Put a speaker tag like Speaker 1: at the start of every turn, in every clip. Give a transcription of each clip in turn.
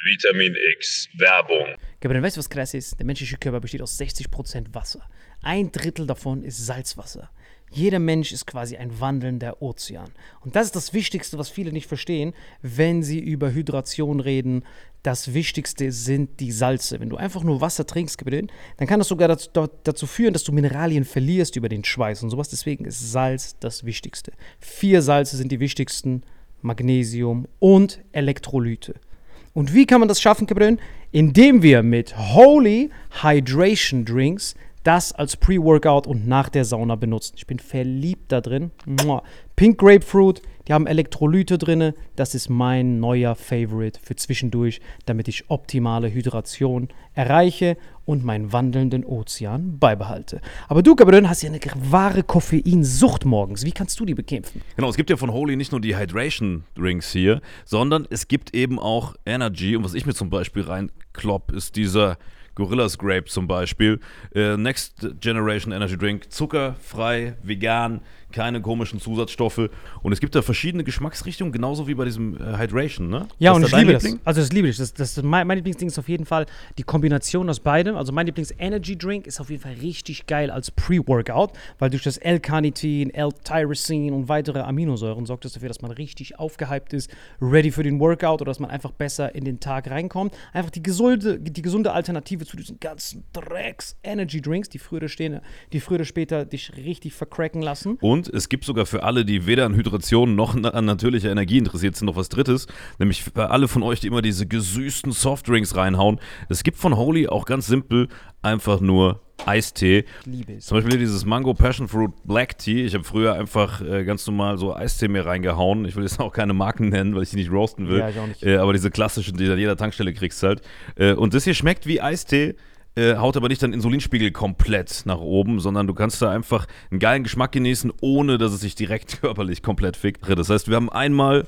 Speaker 1: Vitamin X Werbung.
Speaker 2: Aber dann weißt du, was krass ist? Der menschliche Körper besteht aus 60% Wasser. 1/3 davon ist Salzwasser. Jeder Mensch ist quasi ein wandelnder Ozean. Und das ist das Wichtigste, was viele nicht verstehen, wenn sie über Hydration reden. Das Wichtigste sind die Salze. Wenn du einfach nur Wasser trinkst, dann kann das sogar dazu führen, dass du Mineralien verlierst über den Schweiß und sowas. Deswegen ist Salz das Wichtigste. 4 Salze sind die wichtigsten: Magnesium und Elektrolyte. Und wie kann man das schaffen, Gabriel? Indem wir mit Holy Hydration Drinks das als Pre-Workout und nach der Sauna benutzen. Ich bin verliebt da drin. Pink Grapefruit, die haben Elektrolyte drin. Das ist mein neuer Favorite für zwischendurch, damit ich optimale Hydration erreiche und meinen wandelnden Ozean beibehalte. Aber du, Gabriel, hast ja eine wahre Koffeinsucht morgens. Wie kannst du die bekämpfen?
Speaker 3: Genau, es gibt ja von Holy nicht nur die Hydration Drinks hier, sondern es gibt eben auch Energy. Und was ich mir zum Beispiel reinklopp, ist dieser Gorillas Grape zum Beispiel. Next Generation Energy Drink. Zuckerfrei, vegan, keine komischen Zusatzstoffe. Und es gibt da verschiedene Geschmacksrichtungen, genauso wie bei diesem Hydration, ne?
Speaker 2: Ja, und ich liebe das. Also das liebe ich. Mein Lieblingsding ist auf jeden Fall die Kombination aus beidem. Also mein Lieblings-Energy-Drink ist auf jeden Fall richtig geil als Pre-Workout, weil durch das L-Carnitin, L-Tyrosin und weitere Aminosäuren sorgt das dafür, dass man richtig aufgehypt ist, ready für den Workout oder dass man einfach besser in den Tag reinkommt. Einfach die gesunde Alternative zu diesen ganzen Drecks-Energy-Drinks, die früher oder später dich richtig vercracken lassen.
Speaker 3: Und es gibt sogar für alle, die weder an Hydration noch an natürlicher Energie interessiert sind, noch was Drittes. Nämlich für alle von euch, die immer diese gesüßten Softdrinks reinhauen. Es gibt von Holy auch ganz simpel einfach nur Eistee.
Speaker 2: Liebe es.
Speaker 3: Zum Beispiel dieses Mango Passion Fruit Black Tea. Ich habe früher einfach ganz normal so Eistee mir reingehauen. Ich will jetzt auch keine Marken nennen, weil ich die nicht roasten will.
Speaker 2: Ja, ich auch nicht.
Speaker 3: Aber diese klassischen, die du an jeder Tankstelle kriegst halt. Und das hier schmeckt wie Eistee. Haut aber nicht deinen Insulinspiegel komplett nach oben, sondern du kannst da einfach einen geilen Geschmack genießen, ohne dass es sich direkt körperlich komplett fickt. Das heißt, wir haben einmal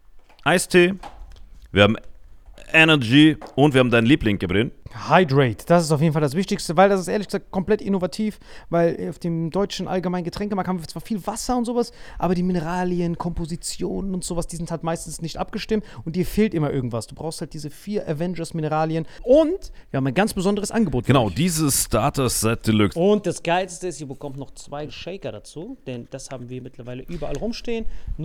Speaker 3: Eistee, wir haben Energy und wir haben deinen Liebling, Gabriel.
Speaker 2: Hydrate, das ist auf jeden Fall das Wichtigste, weil das ist ehrlich gesagt komplett innovativ, weil auf dem deutschen allgemeinen Getränkemarkt haben wir zwar viel Wasser und sowas, aber die Mineralien, Kompositionen und sowas, die sind halt meistens nicht abgestimmt und dir fehlt immer irgendwas. Du brauchst halt diese 4 Avengers-Mineralien und wir haben ein ganz besonderes Angebot für
Speaker 3: Genau,
Speaker 2: euch.
Speaker 3: dieses Starter Set Deluxe.
Speaker 2: Und das Geilste ist, ihr bekommt noch 2 Shaker dazu, denn das haben wir mittlerweile überall rumstehen.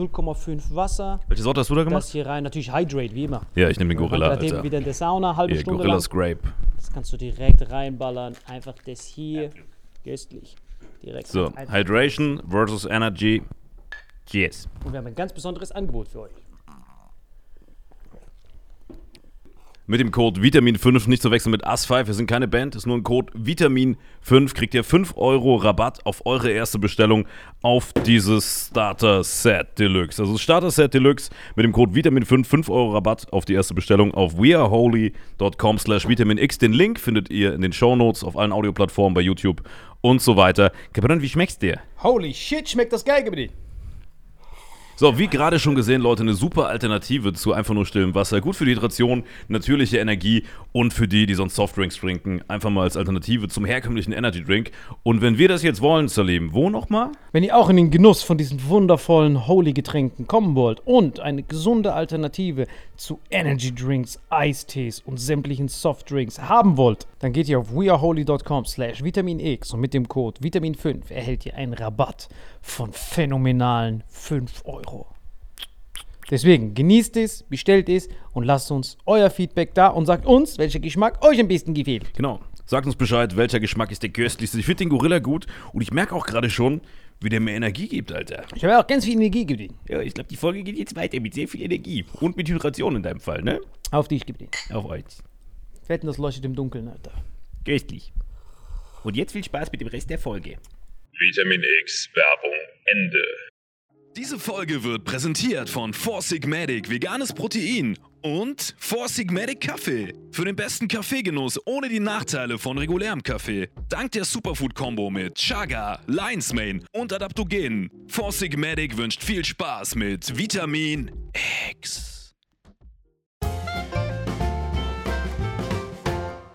Speaker 2: 0,5 Wasser.
Speaker 3: Welche Sorte hast du da gemacht?
Speaker 2: Das hier rein, natürlich Hydrate, wie immer.
Speaker 3: Ja, ich nehme den Gorilla,
Speaker 2: Alter.
Speaker 3: Alter.
Speaker 2: Wieder in der Sauna, halbe Stunde
Speaker 3: Gorillas
Speaker 2: lang.
Speaker 3: Grape.
Speaker 2: Das kannst du direkt reinballern. Einfach das hier. Köstlich. Direkt
Speaker 3: So,
Speaker 2: einfach.
Speaker 3: Hydration versus Energy. Cheers.
Speaker 2: Und wir haben ein ganz besonderes Angebot für euch.
Speaker 3: Mit dem Code Vitamin5, nicht zu wechseln mit AS5, wir sind keine Band, ist nur ein Code Vitamin5, kriegt ihr 5 € Rabatt auf eure erste Bestellung auf dieses Starter Set Deluxe. Also Starter Set Deluxe mit dem Code Vitamin5, 5 € Rabatt auf die erste Bestellung auf weareholy.com/vitaminx. Den Link findet ihr in den Shownotes auf allen Audioplattformen, bei YouTube und so weiter. Kapitän, wie schmeckt's dir?
Speaker 2: Holy shit, schmeckt das geil, Gabriel.
Speaker 3: So, wie gerade schon gesehen, Leute, eine super Alternative zu einfach nur stillem Wasser. Gut für die Hydration, natürliche Energie und für die sonst Softdrinks trinken. Einfach mal als Alternative zum herkömmlichen Energy Drink. Und wenn wir das jetzt wollen, Salim, wo nochmal?
Speaker 2: Wenn ihr auch in den Genuss von diesen wundervollen Holy-Getränken kommen wollt und eine gesunde Alternative zu Energy Drinks, Eistees und sämtlichen Softdrinks haben wollt, dann geht ihr auf weareholy.com/vitaminx und mit dem Code Vitamin5 erhält ihr einen Rabatt von phänomenalen 5 €. Deswegen genießt es, bestellt es und lasst uns euer Feedback da und sagt uns, welcher Geschmack euch am besten gefällt.
Speaker 3: Genau. Sagt uns Bescheid, welcher Geschmack ist der köstlichste. Ich finde den Gorilla gut und ich merke auch gerade schon, wie der mir Energie gibt, Alter.
Speaker 2: Ich habe auch ganz viel Energie gegeben.
Speaker 3: Ja, ich glaube, die Folge geht jetzt weiter mit sehr viel Energie. Und mit Hydration in deinem Fall, ne?
Speaker 2: Auf dich gegeben.
Speaker 3: Auf euch.
Speaker 2: Wetten, das leuchtet im Dunkeln, Alter.
Speaker 3: Köstlich. Und jetzt viel Spaß mit dem Rest der Folge.
Speaker 1: Vitamin X Werbung Ende.
Speaker 4: Diese Folge wird präsentiert von Four Sigmatic veganes Protein und Four Sigmatic Kaffee. Für den besten Kaffeegenuss ohne die Nachteile von regulärem Kaffee. Dank der Superfood-Kombo mit Chaga, Lion's Mane und Adaptogenen. Four Sigmatic wünscht viel Spaß mit Vitamin X.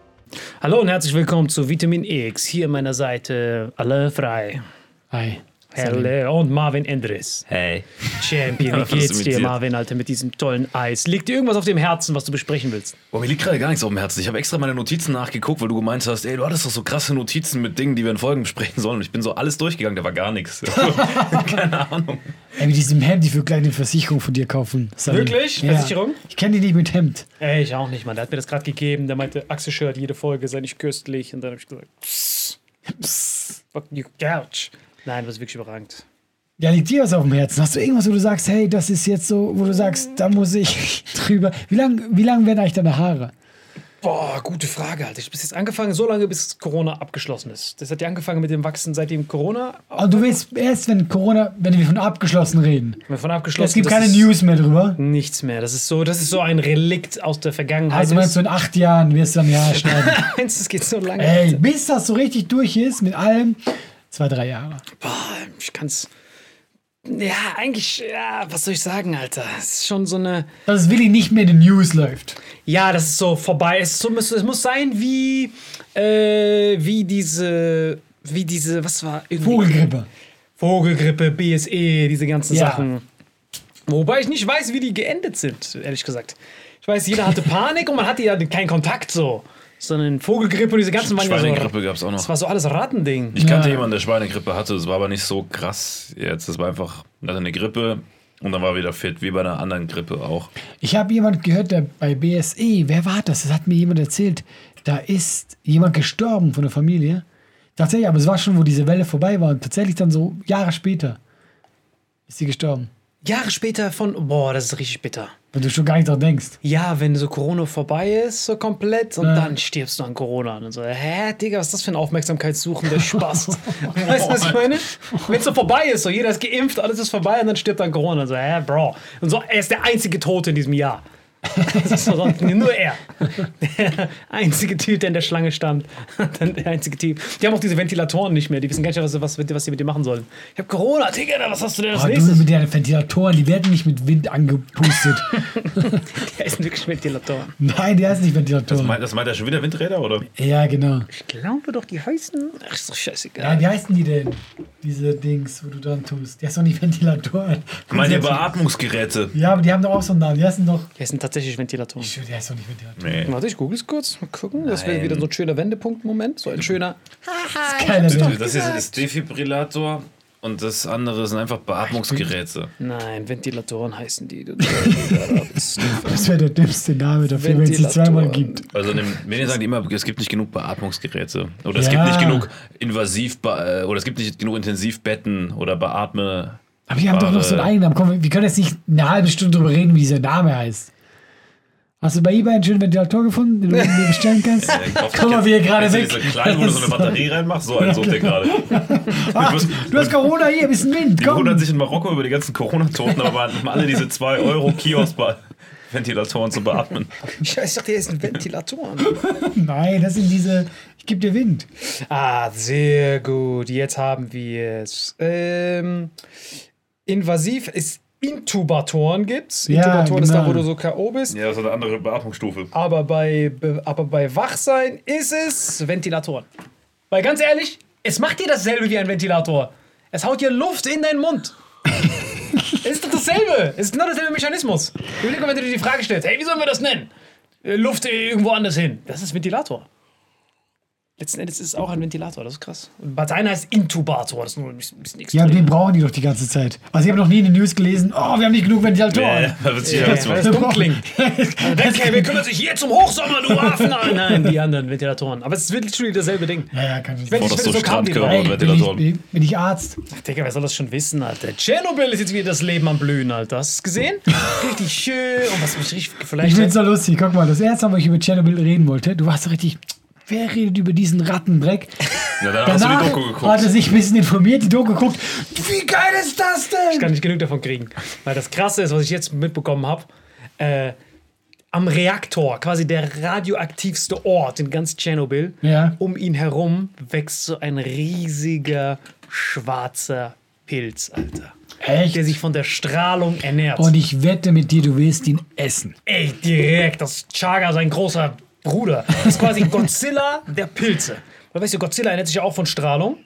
Speaker 2: Hallo und herzlich willkommen zu Vitamin X. Hier an meiner Seite alle frei.
Speaker 5: Hi.
Speaker 2: Hello. Und Marvin Endres.
Speaker 3: Hey.
Speaker 2: Champion,
Speaker 3: Was
Speaker 2: wie geht's dir,
Speaker 3: imitiert.
Speaker 2: Marvin, Alter, mit diesem tollen Eis? Liegt dir irgendwas auf dem Herzen, was du besprechen willst?
Speaker 3: Oh, mir liegt gerade gar nichts auf dem Herzen. Ich habe extra meine Notizen nachgeguckt, weil du gemeint hast, ey, du hattest doch so krasse Notizen mit Dingen, die wir in Folgen besprechen sollen. Und ich bin so alles durchgegangen, da war gar nichts. Keine Ahnung.
Speaker 5: Ey, mit diesem Hemd, ich würde gleich eine Versicherung von dir kaufen. Sally.
Speaker 2: Wirklich?
Speaker 5: Ja.
Speaker 2: Versicherung?
Speaker 5: Ich kenne die nicht mit Hemd.
Speaker 2: Ey, ich auch nicht, Mann. Der hat mir das gerade gegeben. Der meinte, Axel Schört, jede Folge sei nicht köstlich. Und dann habe ich gesagt, psst, fuck you, couch. Nein, das ist wirklich überragend.
Speaker 5: Ja, liegt dir was auf dem Herzen? Hast du irgendwas, wo du sagst, hey, das ist jetzt so, wo du sagst, da muss ich drüber. Wie lang werden eigentlich deine Haare?
Speaker 2: Boah, gute Frage, Alter. Ich habe bis jetzt angefangen, so lange, bis Corona abgeschlossen ist. Das hat ja angefangen mit dem Wachsen seitdem Corona.
Speaker 5: Und du willst erst, wenn wir von abgeschlossen reden.
Speaker 2: Von abgeschlossen.
Speaker 5: Es gibt
Speaker 2: das
Speaker 5: keine
Speaker 2: ist
Speaker 5: News mehr drüber.
Speaker 2: Nichts mehr. Das ist so ein Relikt aus der Vergangenheit.
Speaker 5: Also meinst du, in 8 Jahren wirst du dann ja schneiden.
Speaker 2: Meinst du, es geht so lange?
Speaker 5: Ey, bis das so richtig durch ist mit allem, 2-3 Jahre.
Speaker 2: Boah, ich kann's. Ja, eigentlich, ja, was soll ich sagen, Alter? Es ist schon so eine.
Speaker 5: Dass es wirklich nicht mehr in den News läuft.
Speaker 2: Ja, das ist so vorbei. Es muss sein wie diese, was war irgendwie? Vogelgrippe, BSE, diese ganzen
Speaker 5: Ja.
Speaker 2: Sachen. Wobei ich nicht weiß, wie die geendet sind, ehrlich gesagt. Ich weiß, jeder hatte Panik und man hatte ja keinen Kontakt so. Sondern Vogelgrippe und diese ganzen waren ja so.
Speaker 3: Schweinegrippe gab es auch noch.
Speaker 2: Das war so alles Rattending.
Speaker 3: Ich kannte
Speaker 5: Ja.
Speaker 3: jemanden, der Schweinegrippe hatte. Das war aber nicht so krass jetzt. Das war einfach, er hatte eine Grippe und dann war er wieder fit, wie bei einer anderen Grippe auch.
Speaker 5: Ich habe jemand gehört, der bei BSE, wer war das? Das hat mir jemand erzählt. Da ist jemand gestorben von der Familie. Tatsächlich, aber es war schon, wo diese Welle vorbei war. Und tatsächlich dann so Jahre später ist sie gestorben.
Speaker 2: Jahre später boah, das ist richtig bitter.
Speaker 5: Wenn du schon gar nicht dran denkst.
Speaker 2: Ja, wenn so Corona vorbei ist, so komplett, und dann stirbst du an Corona. Und dann so, hä, Digga, was ist das für ein Aufmerksamkeitssuchender Spaß? Weißt du, was ich meine? Wenn es so vorbei ist, so jeder ist geimpft, alles ist vorbei und dann stirbt an Corona. Und so, hä, Bro. Und so, er ist der einzige Tote in diesem Jahr. Das ist so, nur er. Der einzige Typ, der in der Schlange stand. Dann der einzige Typ. Die haben auch diese Ventilatoren nicht mehr. Die wissen gar nicht, was sie mit dir machen sollen. Ich hab Corona, Digga, was hast du denn als
Speaker 5: Aber du
Speaker 2: nächstes?
Speaker 5: mit deinen Ventilatoren, die werden nicht mit Wind angepustet.
Speaker 2: Der ist wirklich Ventilatoren.
Speaker 5: Nein, die heißen nicht Ventilatoren.
Speaker 3: Das meint er schon wieder Windräder, oder?
Speaker 5: Ja, genau.
Speaker 2: Ich glaube doch, die heißen. Ach, ist doch scheißegal.
Speaker 5: Ja, wie heißen die denn? Diese Dings, wo du dran tust. Die heißen doch nicht Ventilatoren.
Speaker 3: Meint ihr Beatmungsgeräte?
Speaker 5: Ja, aber die haben doch auch so einen Namen. Die heißen doch.
Speaker 2: Die heißen tatsächlich Ventilatoren.
Speaker 5: Ich schwöre, die heißen doch nicht Ventilatoren.
Speaker 3: Nee.
Speaker 2: Warte, ich google es kurz. Mal gucken. Das wäre wieder so ein schöner Wendepunkt-Moment. So ein schöner.
Speaker 5: Keine Ahnung.
Speaker 3: Das hier ist Defibrillator und das andere sind einfach Beatmungsgeräte.
Speaker 2: Nein, Ventilatoren heißen die.
Speaker 5: Das wäre der dümmste Name dafür, wenn es sie zweimal gibt.
Speaker 3: Also in den Medien sagen die immer, es gibt nicht genug Beatmungsgeräte. Oder es
Speaker 5: Ja.
Speaker 3: gibt nicht genug oder es gibt nicht genug Intensivbetten oder Beatme.
Speaker 5: Aber die haben doch noch so einen eigenen Namen. Komm, wir können jetzt nicht eine halbe Stunde drüber reden, wie dieser Name heißt. Hast du bei eBay einen schönen Ventilator gefunden, den du mir bestellen kannst? Guck mal, wie er gerade weg.
Speaker 3: Diese kleinen, wo du so eine Batterie reinmachst, so einen sucht der gerade.
Speaker 5: Ach, du hast Corona hier, ein bisschen Wind.
Speaker 3: Die
Speaker 5: Komm.
Speaker 3: wundern sich in Marokko über die ganzen Corona-Toten, aber haben alle diese 2 Euro Kiosk-Ventilatoren zu beatmen.
Speaker 2: Scheiße, die heißen Ventilatoren.
Speaker 5: Nein, das sind diese. Ich gebe dir Wind.
Speaker 2: Ah, sehr gut. Jetzt haben wir es. Invasiv ist Intubatoren gibt's.
Speaker 5: Ja,
Speaker 2: Intubatoren ist da,
Speaker 5: genau.
Speaker 2: wo du so K.O. bist.
Speaker 3: Ja, das ist eine andere Beatmungsstufe.
Speaker 2: Aber bei Wachsein ist es Ventilatoren. Weil ganz ehrlich, es macht dir dasselbe wie ein Ventilator. Es haut dir Luft in deinen Mund. Es ist doch dasselbe. Es ist genau derselbe Mechanismus. Überleg mal, wenn du dir die Frage stellst, hey, wie sollen wir das nennen? Luft irgendwo anders hin. Das ist Ventilator. Letzten Endes ist es auch ein Ventilator, das ist krass. Und bei deiner heißt Intubator, das ist nur ein bisschen
Speaker 5: Ja, aber
Speaker 2: extrem.
Speaker 5: den brauchen die doch die ganze Zeit. Also ich habe noch nie in den News gelesen, oh, wir haben nicht genug Ventilatoren.
Speaker 3: Da wird sich
Speaker 2: Ja, weil es dumm klingt. Okay, wir kümmern sich jetzt um Hochsommer, du Affen. Nein, die anderen Ventilatoren. Aber es ist literally dasselbe Ding.
Speaker 5: Ja, kann ich
Speaker 2: Wenn
Speaker 5: nicht.
Speaker 2: ich
Speaker 3: so
Speaker 2: so kam, die
Speaker 3: Strandkörper
Speaker 2: drei.
Speaker 3: und
Speaker 5: Hey,
Speaker 3: Ventilatoren.
Speaker 5: bin ich Arzt?
Speaker 2: Ach, Digga, wer soll das schon wissen, Alter? Tschernobyl ist jetzt wieder das Leben am Blühen, Alter. Hast du es gesehen? Richtig schön. Und was mich richtig vielleicht.
Speaker 5: Ich find's so lustig. Guck mal, das erste Mal, wo ich über Tschernobyl reden wollte, du warst so richtig, wer redet über diesen Rattendreck?
Speaker 3: Ja, dann hast du die Doku geguckt.
Speaker 5: hat er sich ein bisschen informiert, die Doku geguckt. Wie geil ist das
Speaker 2: Ich
Speaker 5: denn?
Speaker 2: kann nicht genug davon kriegen. Weil das Krasse ist, was ich jetzt mitbekommen habe, am Reaktor, quasi der radioaktivste Ort in ganz Tschernobyl,
Speaker 5: Ja.
Speaker 2: um ihn herum wächst so ein riesiger schwarzer Pilz, Alter.
Speaker 5: Echt?
Speaker 2: Der sich von der Strahlung ernährt.
Speaker 5: Und ich wette mit dir, du willst ihn essen.
Speaker 2: Ey, direkt, das ist Chaga, sein großer Bruder. Das ist quasi Godzilla der Pilze. Weil, weißt du, Godzilla ernährt sich ja auch von Strahlung.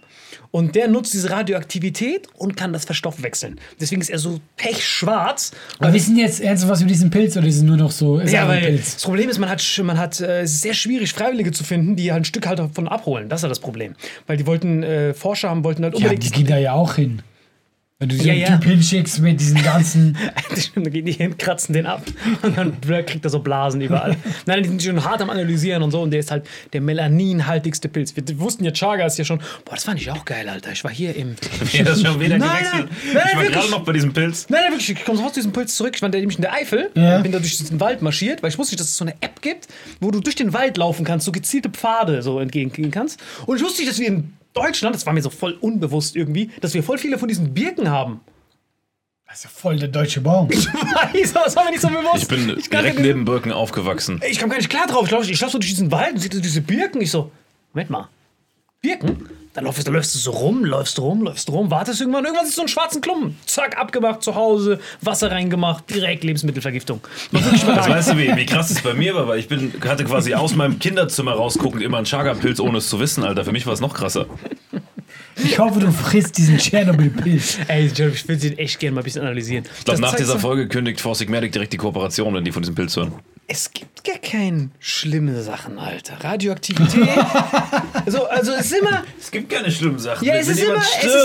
Speaker 2: Und der nutzt diese Radioaktivität und kann das verstoffwechseln. Deswegen ist er so pechschwarz.
Speaker 5: Aber wissen jetzt ernsthaft was über diesen Pilz oder ist es nur noch so? Ist
Speaker 2: Ja,
Speaker 5: einfach ein
Speaker 2: weil
Speaker 5: Pilz?
Speaker 2: das Problem ist, es ist sehr schwierig, Freiwillige zu finden, die halt ein Stück halt davon abholen. Das ist ja das Problem. Weil die Forscher wollten halt
Speaker 5: Ja,
Speaker 2: unbedingt...
Speaker 5: die gehen da ja auch hin. Wenn du so
Speaker 2: Ja,
Speaker 5: einen
Speaker 2: ja.
Speaker 5: Typ hinschickst mit diesen ganzen.
Speaker 2: Das stimmt, dann gehen die hin, kratzen den ab und dann kriegt er so Blasen überall. Nein, die sind schon hart am Analysieren und so und der ist halt der melaninhaltigste Pilz. Wir wussten ja, Chaga ist ja schon, boah, das fand ich auch geil, Alter. Ich war hier im...
Speaker 3: Ja, das ist schon wieder
Speaker 2: Nein,
Speaker 3: gewechselt.
Speaker 2: nein,
Speaker 3: Ich war
Speaker 2: wirklich.
Speaker 3: gerade noch bei diesem Pilz.
Speaker 2: Nein, wirklich, ich komme sofort zu diesem Pilz zurück. Ich war nämlich in der Eifel,
Speaker 5: Ja.
Speaker 2: bin da durch diesen Wald marschiert, weil ich wusste nicht, dass es so eine App gibt, wo du durch den Wald laufen kannst, so gezielte Pfade so entgegengehen kannst. Und ich wusste nicht, dass wir in Deutschland, das war mir so voll unbewusst irgendwie, dass wir voll viele von diesen Birken haben.
Speaker 5: Das ist ja voll der deutsche Baum.
Speaker 2: Weiß, das war mir nicht so bewusst.
Speaker 3: Ich bin
Speaker 2: kannte
Speaker 3: direkt
Speaker 2: den-
Speaker 3: neben Birken aufgewachsen.
Speaker 2: Ich kam gar nicht klar drauf. Ich lauf so durch diesen Wald und sehe diese Birken. Ich so, Moment mal, Birken? Dann läufst du so rum, läufst rum, wartest irgendwann siehst du so einen schwarzen Klumpen. Zack, abgemacht, zu Hause, Wasser reingemacht, direkt Lebensmittelvergiftung. War wirklich
Speaker 3: Das
Speaker 2: überragend.
Speaker 3: weißt du, wie krass es bei mir war, weil hatte quasi aus meinem Kinderzimmer rausguckend immer einen Chaga-Pilz, ohne es zu wissen, Alter. Für mich war es noch krasser.
Speaker 5: Ich hoffe, du frisst diesen Tschernobyl-Pilz.
Speaker 2: Ey, Jeremy, ich will sie echt gerne mal ein bisschen analysieren.
Speaker 3: Ich glaube, nach dieser Folge kündigt Four Sigmatic direkt die Kooperation, wenn die von diesem Pilz hören.
Speaker 2: Es gibt gar keine schlimme Sachen, Alter. Radioaktivität. also es ist immer...
Speaker 3: Es gibt keine schlimmen Sachen.
Speaker 2: Ja, es ist immer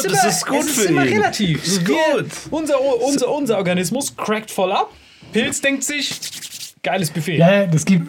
Speaker 2: relativ.
Speaker 3: Es ist
Speaker 2: Wir-
Speaker 3: gut.
Speaker 2: Unser Organismus crackt voll ab. Pilz denkt sich, geiles Buffet.
Speaker 5: Ja, das gibt.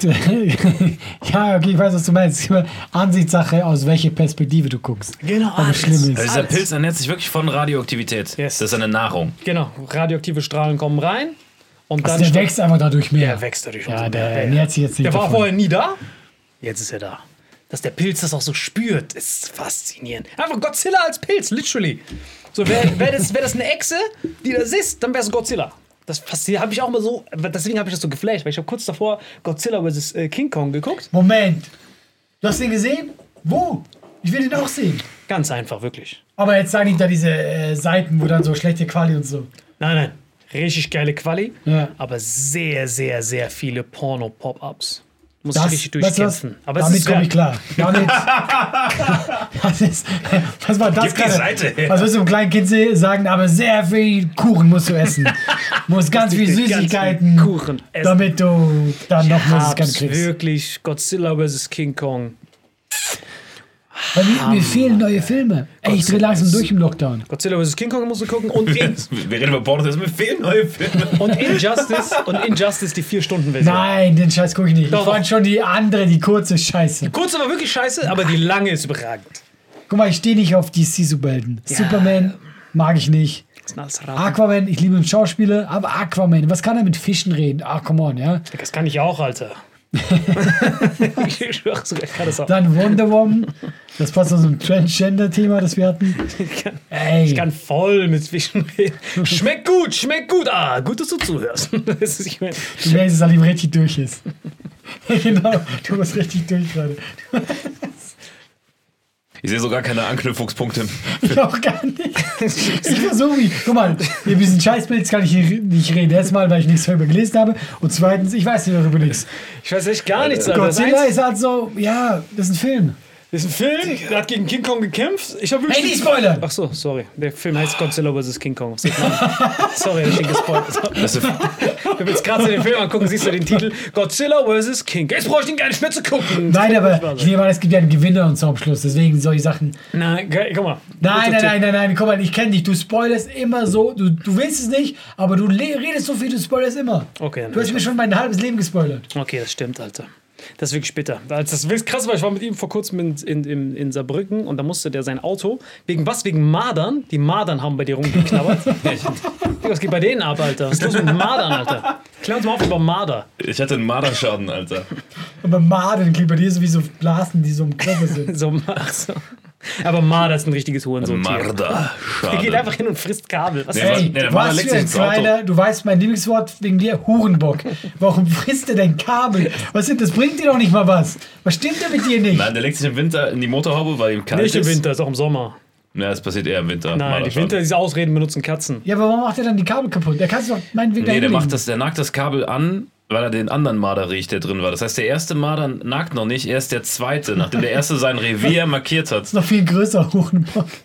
Speaker 5: Ja, okay, ich weiß, was du meinst. Es ist immer Ansichtssache, aus welcher Perspektive du guckst.
Speaker 2: Genau,
Speaker 5: Aber
Speaker 2: alles.
Speaker 5: schlimm ist.
Speaker 3: Also dieser Pilz ernährt sich wirklich von Radioaktivität.
Speaker 2: Yes.
Speaker 3: Das ist eine Nahrung.
Speaker 2: Genau, radioaktive Strahlen kommen rein und
Speaker 5: Also
Speaker 2: dann
Speaker 5: der wächst einfach dadurch mehr.
Speaker 2: der wächst dadurch
Speaker 5: Ja,
Speaker 2: umso
Speaker 5: der
Speaker 2: mehr.
Speaker 5: ernährt sich jetzt nicht
Speaker 2: Der war
Speaker 5: davon.
Speaker 2: vorher nie da, jetzt ist er da. Dass der Pilz das auch so spürt, ist faszinierend. Einfach Godzilla als Pilz, literally. So, wär das eine Echse, die das ist, dann wäre es Godzilla. Das habe ich auch mal so, deswegen habe ich das so geflasht, weil ich habe kurz davor Godzilla vs. King Kong geguckt.
Speaker 5: Moment. Du hast den gesehen? Wo? Ich will den auch sehen.
Speaker 2: Ganz einfach, wirklich.
Speaker 5: Aber jetzt sag nicht da diese Seiten, wo dann so schlechte Quali und so.
Speaker 2: Nein, richtig geile Quali,
Speaker 5: Ja.
Speaker 2: aber sehr, sehr, sehr viele Porno-Pop-Ups. Muss ich
Speaker 5: Das,
Speaker 2: richtig
Speaker 5: weißt du was?
Speaker 2: durchkämpfen. Aber es
Speaker 5: Damit
Speaker 2: ist
Speaker 5: komme ich klar. Damit. Was war das
Speaker 3: Gib die
Speaker 5: gerade?
Speaker 3: Seite her.
Speaker 5: Was willst du einem kleinen Kind sagen? Aber sehr viel Kuchen musst du essen. Musst ganz viel
Speaker 2: Ganz viel
Speaker 5: Süßigkeiten,
Speaker 2: Kuchen essen.
Speaker 5: damit du dann noch mehr Süßigkeiten
Speaker 2: Hab's
Speaker 5: kriegst.
Speaker 2: wirklich Godzilla vs. King Kong.
Speaker 5: Weil mir fehlen neue Filme. Ey, ich drehe langsam durch im Lockdown.
Speaker 2: Godzilla vs. King Kong musst du gucken und,
Speaker 3: Wir reden über Pornos, mir fehlen neue Filme.
Speaker 2: Injustice die 4-Stunden-Version.
Speaker 5: Nein, den Scheiß gucke ich nicht.
Speaker 2: Doch,
Speaker 5: Ich fand
Speaker 2: doch.
Speaker 5: schon die andere, die kurze Scheiße.
Speaker 2: Kurz war wirklich scheiße, aber die lange ist überragend.
Speaker 5: Guck mal, ich stehe nicht auf DC-Superhelden.
Speaker 2: Ja.
Speaker 5: Superman mag ich nicht.
Speaker 2: Das sind alles Raben.
Speaker 5: Aquaman, ich liebe den Schauspieler, aber Aquaman, was kann er mit Fischen reden? Ach, come on, ja.
Speaker 2: Das kann ich auch, Alter. Ich schwöre sogar, ich kann das auch.
Speaker 5: Dann Wonder Woman, das passt zu so einem Transgender-Thema, das wir hatten. Ey,
Speaker 2: Ich kann voll mit Fischen reden. Schmeckt gut. Ah, gut, dass du zuhörst. Das ist, ich mein,
Speaker 5: du merkst, dass Salim richtig durch ist. Genau, du bist richtig durch gerade.
Speaker 3: Ich sehe sogar keine Anknüpfungspunkte.
Speaker 5: Ich auch gar nicht. Ich versuche mich. Guck mal, über diesen Scheißbild kann ich hier nicht reden. Erstmal, weil ich nichts darüber gelesen habe. Und zweitens, ich weiß nicht darüber nichts.
Speaker 2: ich weiß echt gar nichts. Alter. Das
Speaker 5: Godzilla
Speaker 2: heißt,
Speaker 5: ist halt so, ja, das ist ein Film.
Speaker 2: ist ein Film, der hat gegen King Kong gekämpft. Ich habe wirklich.
Speaker 5: Ey, nicht spoilern!
Speaker 2: Ach so, sorry. Der Film heißt Godzilla vs. King Kong. Sieht man. Sorry, dass ich ihn gespoilert habe.
Speaker 3: Das ist,
Speaker 2: Wenn wir jetzt gerade den Film angucken, siehst du den Titel Godzilla vs. King. Jetzt brauche ich den gar nicht mehr zu gucken.
Speaker 5: Nein, aber ich nehme an, es gibt ja einen Gewinner und so am Schluss. Deswegen solche Sachen.
Speaker 2: Nein, guck mal.
Speaker 5: Nein. Guck mal, ich kenne dich. Du spoilerst immer so. Du willst es nicht, aber du redest so viel, du spoilerst immer.
Speaker 2: Okay, dann
Speaker 5: Du hast mir schon mein halbes Leben gespoilert.
Speaker 2: Okay, das stimmt, Alter. Das ist wirklich bitter. Das ist krass, weil ich war mit ihm vor kurzem in Saarbrücken und da musste der sein Auto, wegen was? Wegen Madern. Die Madern haben bei dir rumgeknabbert. Was geht bei denen ab, Alter? Was ist los mit Madern, Alter? Klär uns mal auf über Marder.
Speaker 3: ich hatte einen Marderschaden, Alter.
Speaker 5: Aber Maden klingt bei dir so wie so Blasen, die so im Körper sind.
Speaker 2: So, ach so. Aber Marder ist ein richtiges Hurensohn. Der geht
Speaker 3: Marderschaden.
Speaker 2: einfach hin und frisst Kabel. Was
Speaker 3: Nee,
Speaker 2: ist das?
Speaker 5: Ey,
Speaker 3: der
Speaker 5: du
Speaker 3: Marder
Speaker 5: warst
Speaker 3: legt
Speaker 5: für
Speaker 3: sich
Speaker 5: ein
Speaker 3: ins Auto.
Speaker 5: kleiner, du weißt mein Lieblingswort wegen dir, Hurenbock. Warum frisst er denn Kabel? Was sind das? Bringt dir doch nicht mal was. Was stimmt denn mit dir nicht?
Speaker 3: Nein, der legt sich im Winter in die Motorhaube, weil ihm kalt
Speaker 2: Nicht
Speaker 3: ist.
Speaker 2: im Winter, ist auch im Sommer.
Speaker 3: Ja, das passiert eher im Winter.
Speaker 2: Nein, die
Speaker 3: Marderschaden.
Speaker 2: Winter, diese Ausreden benutzen Katzen.
Speaker 5: Ja, aber warum macht er dann die Kabel kaputt? Der kann es doch meinetwegen
Speaker 3: Nee, der
Speaker 5: dahinlegen.
Speaker 3: der nagt das Kabel an, weil er den anderen Marder riecht, der drin war. Das heißt, der erste Marder nagt noch nicht, erst der zweite, nachdem der erste sein Revier markiert hat.
Speaker 5: Das ist noch viel größer Hurenbock.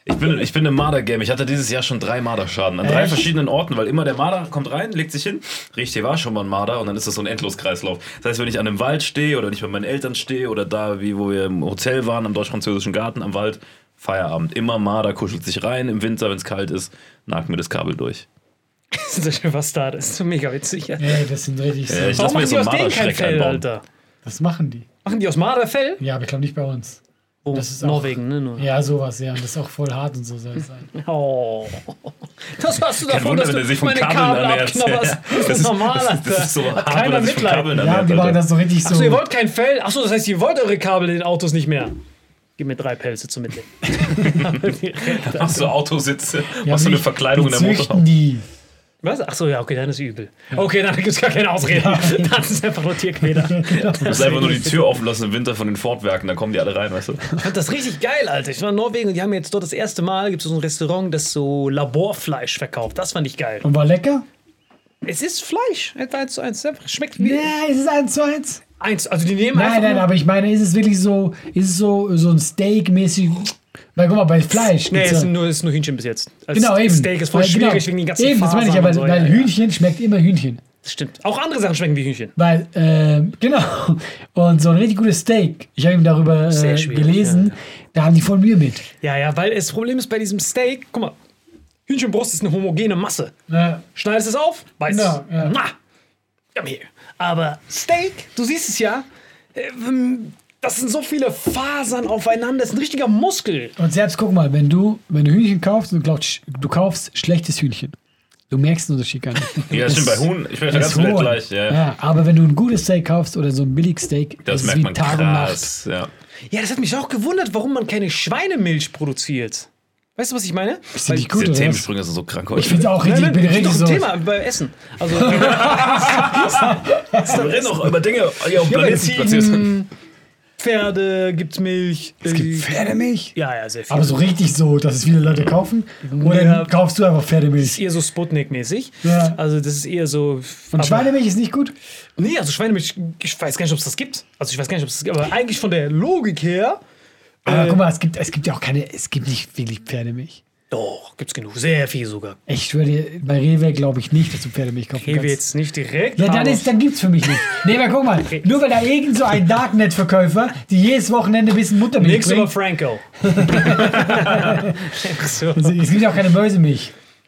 Speaker 3: Ich bin im Marder-Game. Ich hatte dieses Jahr schon 3 Marderschaden an 3
Speaker 5: Echt?
Speaker 3: verschiedenen Orten, weil immer der Marder kommt rein, legt sich hin, riecht, hier war schon mal ein Marder und dann ist das so ein Endloskreislauf. Das heißt, wenn ich an einem Wald stehe oder wenn ich bei meinen Eltern stehe oder da, wie wo wir im Hotel waren, am deutsch-französischen Garten, am Wald, Feierabend. Immer Marder kuschelt sich rein, im Winter, wenn es kalt ist, nagt mir das Kabel durch.
Speaker 2: Das ist schon was da. Das ist so mega witzig. Ja.
Speaker 5: Ey, das sind richtig so.
Speaker 3: Ich
Speaker 2: Warum
Speaker 3: lass mir
Speaker 2: machen
Speaker 3: so
Speaker 2: die
Speaker 3: einen
Speaker 2: aus denen kein
Speaker 3: Marderschreck
Speaker 2: Fell,
Speaker 3: einbauen.
Speaker 2: Alter?
Speaker 5: Was machen die?
Speaker 2: Machen die aus Marderfell?
Speaker 5: Ja, aber ich glaube nicht bei uns.
Speaker 2: Oh,
Speaker 5: Das ist auch-
Speaker 2: Norwegen, ne? Nur.
Speaker 5: Ja, sowas, ja. Und das ist auch voll hart und so soll es sein.
Speaker 2: Oh. Das hast du
Speaker 3: Kein
Speaker 2: davon,
Speaker 3: Wunder,
Speaker 2: dass
Speaker 3: wenn
Speaker 2: du
Speaker 3: er sich von
Speaker 2: meine
Speaker 3: Kabeln
Speaker 2: Kabel
Speaker 3: ernährt.
Speaker 2: abknabberst. Das ist normal, Alter.
Speaker 3: Das ist so
Speaker 2: Hat
Speaker 3: hart,
Speaker 2: keiner
Speaker 3: weil er sich von
Speaker 2: Mitleid.
Speaker 3: Kabeln
Speaker 5: Ja,
Speaker 3: ernährt,
Speaker 5: die machen
Speaker 3: Alter.
Speaker 5: das so richtig so.
Speaker 2: Achso, ihr wollt kein Fell? Achso, das heißt, ihr wollt eure Kabel in den Autos nicht mehr. Gib mir 3 Pelze zum Mitnehmen.
Speaker 3: Machst du Autositze,
Speaker 5: Ja,
Speaker 3: machst du eine
Speaker 5: nicht-
Speaker 3: Verkleidung in
Speaker 5: die
Speaker 3: der
Speaker 5: züchten
Speaker 3: Motorhaube.
Speaker 5: die.
Speaker 2: Was? Achso, ja, okay, dann ist übel. Okay, dann gibt es gar keine Ausrede. Dann ist es einfach nur Tierquäler.
Speaker 3: Du musst einfach nur die Tür offen lassen im Winter von den Fortwerken, dann kommen die alle rein, weißt du?
Speaker 2: Ich fand das richtig geil, Alter. Ich war in Norwegen und die haben jetzt dort das erste Mal, gibt es so ein Restaurant, das so Laborfleisch verkauft. Das fand ich geil.
Speaker 5: Und war lecker?
Speaker 2: Es ist Fleisch, etwa 1:1. Schmeckt wie
Speaker 5: Nee, ist es 1:1?
Speaker 2: eins. Also die nehmen einfach
Speaker 5: Nein, nein,
Speaker 2: nur,
Speaker 5: aber ich meine, ist es wirklich so, so ein Steak-mäßig? Weil guck mal, bei Fleisch.
Speaker 2: Nee,
Speaker 5: gibt's
Speaker 2: es
Speaker 5: ja-
Speaker 2: ist nur Hühnchen bis jetzt. Also
Speaker 5: Genau, eben.
Speaker 2: Steak ist voll
Speaker 5: Weil,
Speaker 2: schwierig
Speaker 5: genau,
Speaker 2: wegen den ganzen
Speaker 5: eben, das meine ich,
Speaker 2: Fasern
Speaker 5: aber
Speaker 2: und so,
Speaker 5: weil
Speaker 2: ja, ja.
Speaker 5: Hühnchen schmeckt immer Hühnchen.
Speaker 2: Das stimmt. Auch andere Sachen schmecken wie Hühnchen.
Speaker 5: Weil, genau. Und so ein richtig gutes Steak, ich habe eben darüber
Speaker 2: Sehr schwierig,
Speaker 5: gelesen,
Speaker 2: ja.
Speaker 5: da haben die voll Mühe mit.
Speaker 2: Ja, ja, weil das Problem ist bei diesem Steak, guck mal, Hühnchenbrust ist eine homogene Masse.
Speaker 5: Ja.
Speaker 2: Schneidest es auf, weiß.
Speaker 5: Genau, ja.
Speaker 2: Na, komm hier. Aber Steak, du siehst es ja, das sind so viele Fasern aufeinander, das ist ein richtiger Muskel.
Speaker 5: Und selbst guck mal, wenn du Hühnchen kaufst und du kaufst schlechtes Hühnchen, du merkst den Unterschied gar nicht.
Speaker 3: Ja, das stimmt, bei Huhn, ich bin ja
Speaker 5: Das
Speaker 3: ganz
Speaker 5: ist
Speaker 3: komplett
Speaker 5: Huhn.
Speaker 3: gleich. Ja.
Speaker 5: Ja, aber wenn du ein gutes Steak kaufst oder so ein Billigsteak,
Speaker 3: Das
Speaker 5: ist
Speaker 3: merkt
Speaker 5: wie
Speaker 3: man
Speaker 5: Tag und Nacht.
Speaker 3: krass. Ja.
Speaker 2: Ja, das hat mich auch gewundert, warum man keine Schweinemilch produziert. Weißt du, was ich meine?
Speaker 5: Ist die nicht gut,
Speaker 3: Diese
Speaker 5: oder was?
Speaker 3: Themensprüche sind so krank heute.
Speaker 5: Ich finde es auch richtig,
Speaker 2: Nein,
Speaker 5: bin
Speaker 2: das ist
Speaker 5: richtig
Speaker 2: doch
Speaker 5: so.
Speaker 2: ein Thema bei Essen. Also,
Speaker 3: Wir reden auch über Dinge, die auf dem
Speaker 2: bei
Speaker 3: Planeten platziert sind.
Speaker 2: Ziegen, Pferde gibt's Milch.
Speaker 5: Es gibt Pferdemilch?
Speaker 2: Ja, ja, sehr viel.
Speaker 5: Aber so richtig so, dass es viele Leute kaufen? Oder
Speaker 2: Ja.
Speaker 5: kaufst du einfach
Speaker 2: Das ist
Speaker 5: Pferdemilch?
Speaker 2: eher so Sputnik-mäßig.
Speaker 5: Ja.
Speaker 2: Also das ist eher so...
Speaker 5: Und Schweinemilch ist nicht gut?
Speaker 2: Nee, also Schweinemilch, ich weiß gar nicht, ob es das gibt. Also ich weiß gar nicht, ob es das gibt. Aber eigentlich von der Logik her...
Speaker 5: Aber guck mal, es gibt ja auch es gibt nicht wirklich Pferdemilch.
Speaker 2: Doch, gibt's genug. Sehr viel sogar.
Speaker 5: Ich schwöre dir, bei Rewe glaube ich nicht, dass du Pferdemilch kaufen
Speaker 2: Rewe
Speaker 5: kannst.
Speaker 2: jetzt nicht direkt.
Speaker 5: Ja,
Speaker 2: aber
Speaker 5: dann gibt's für mich nicht. Nee, aber guck mal, nur weil da irgend so ein Darknet-Verkäufer, die jedes Wochenende ein bisschen Muttermilch
Speaker 2: nix über
Speaker 5: bringt.
Speaker 2: Franco. so.
Speaker 5: Es gibt auch keine Mäusemilch.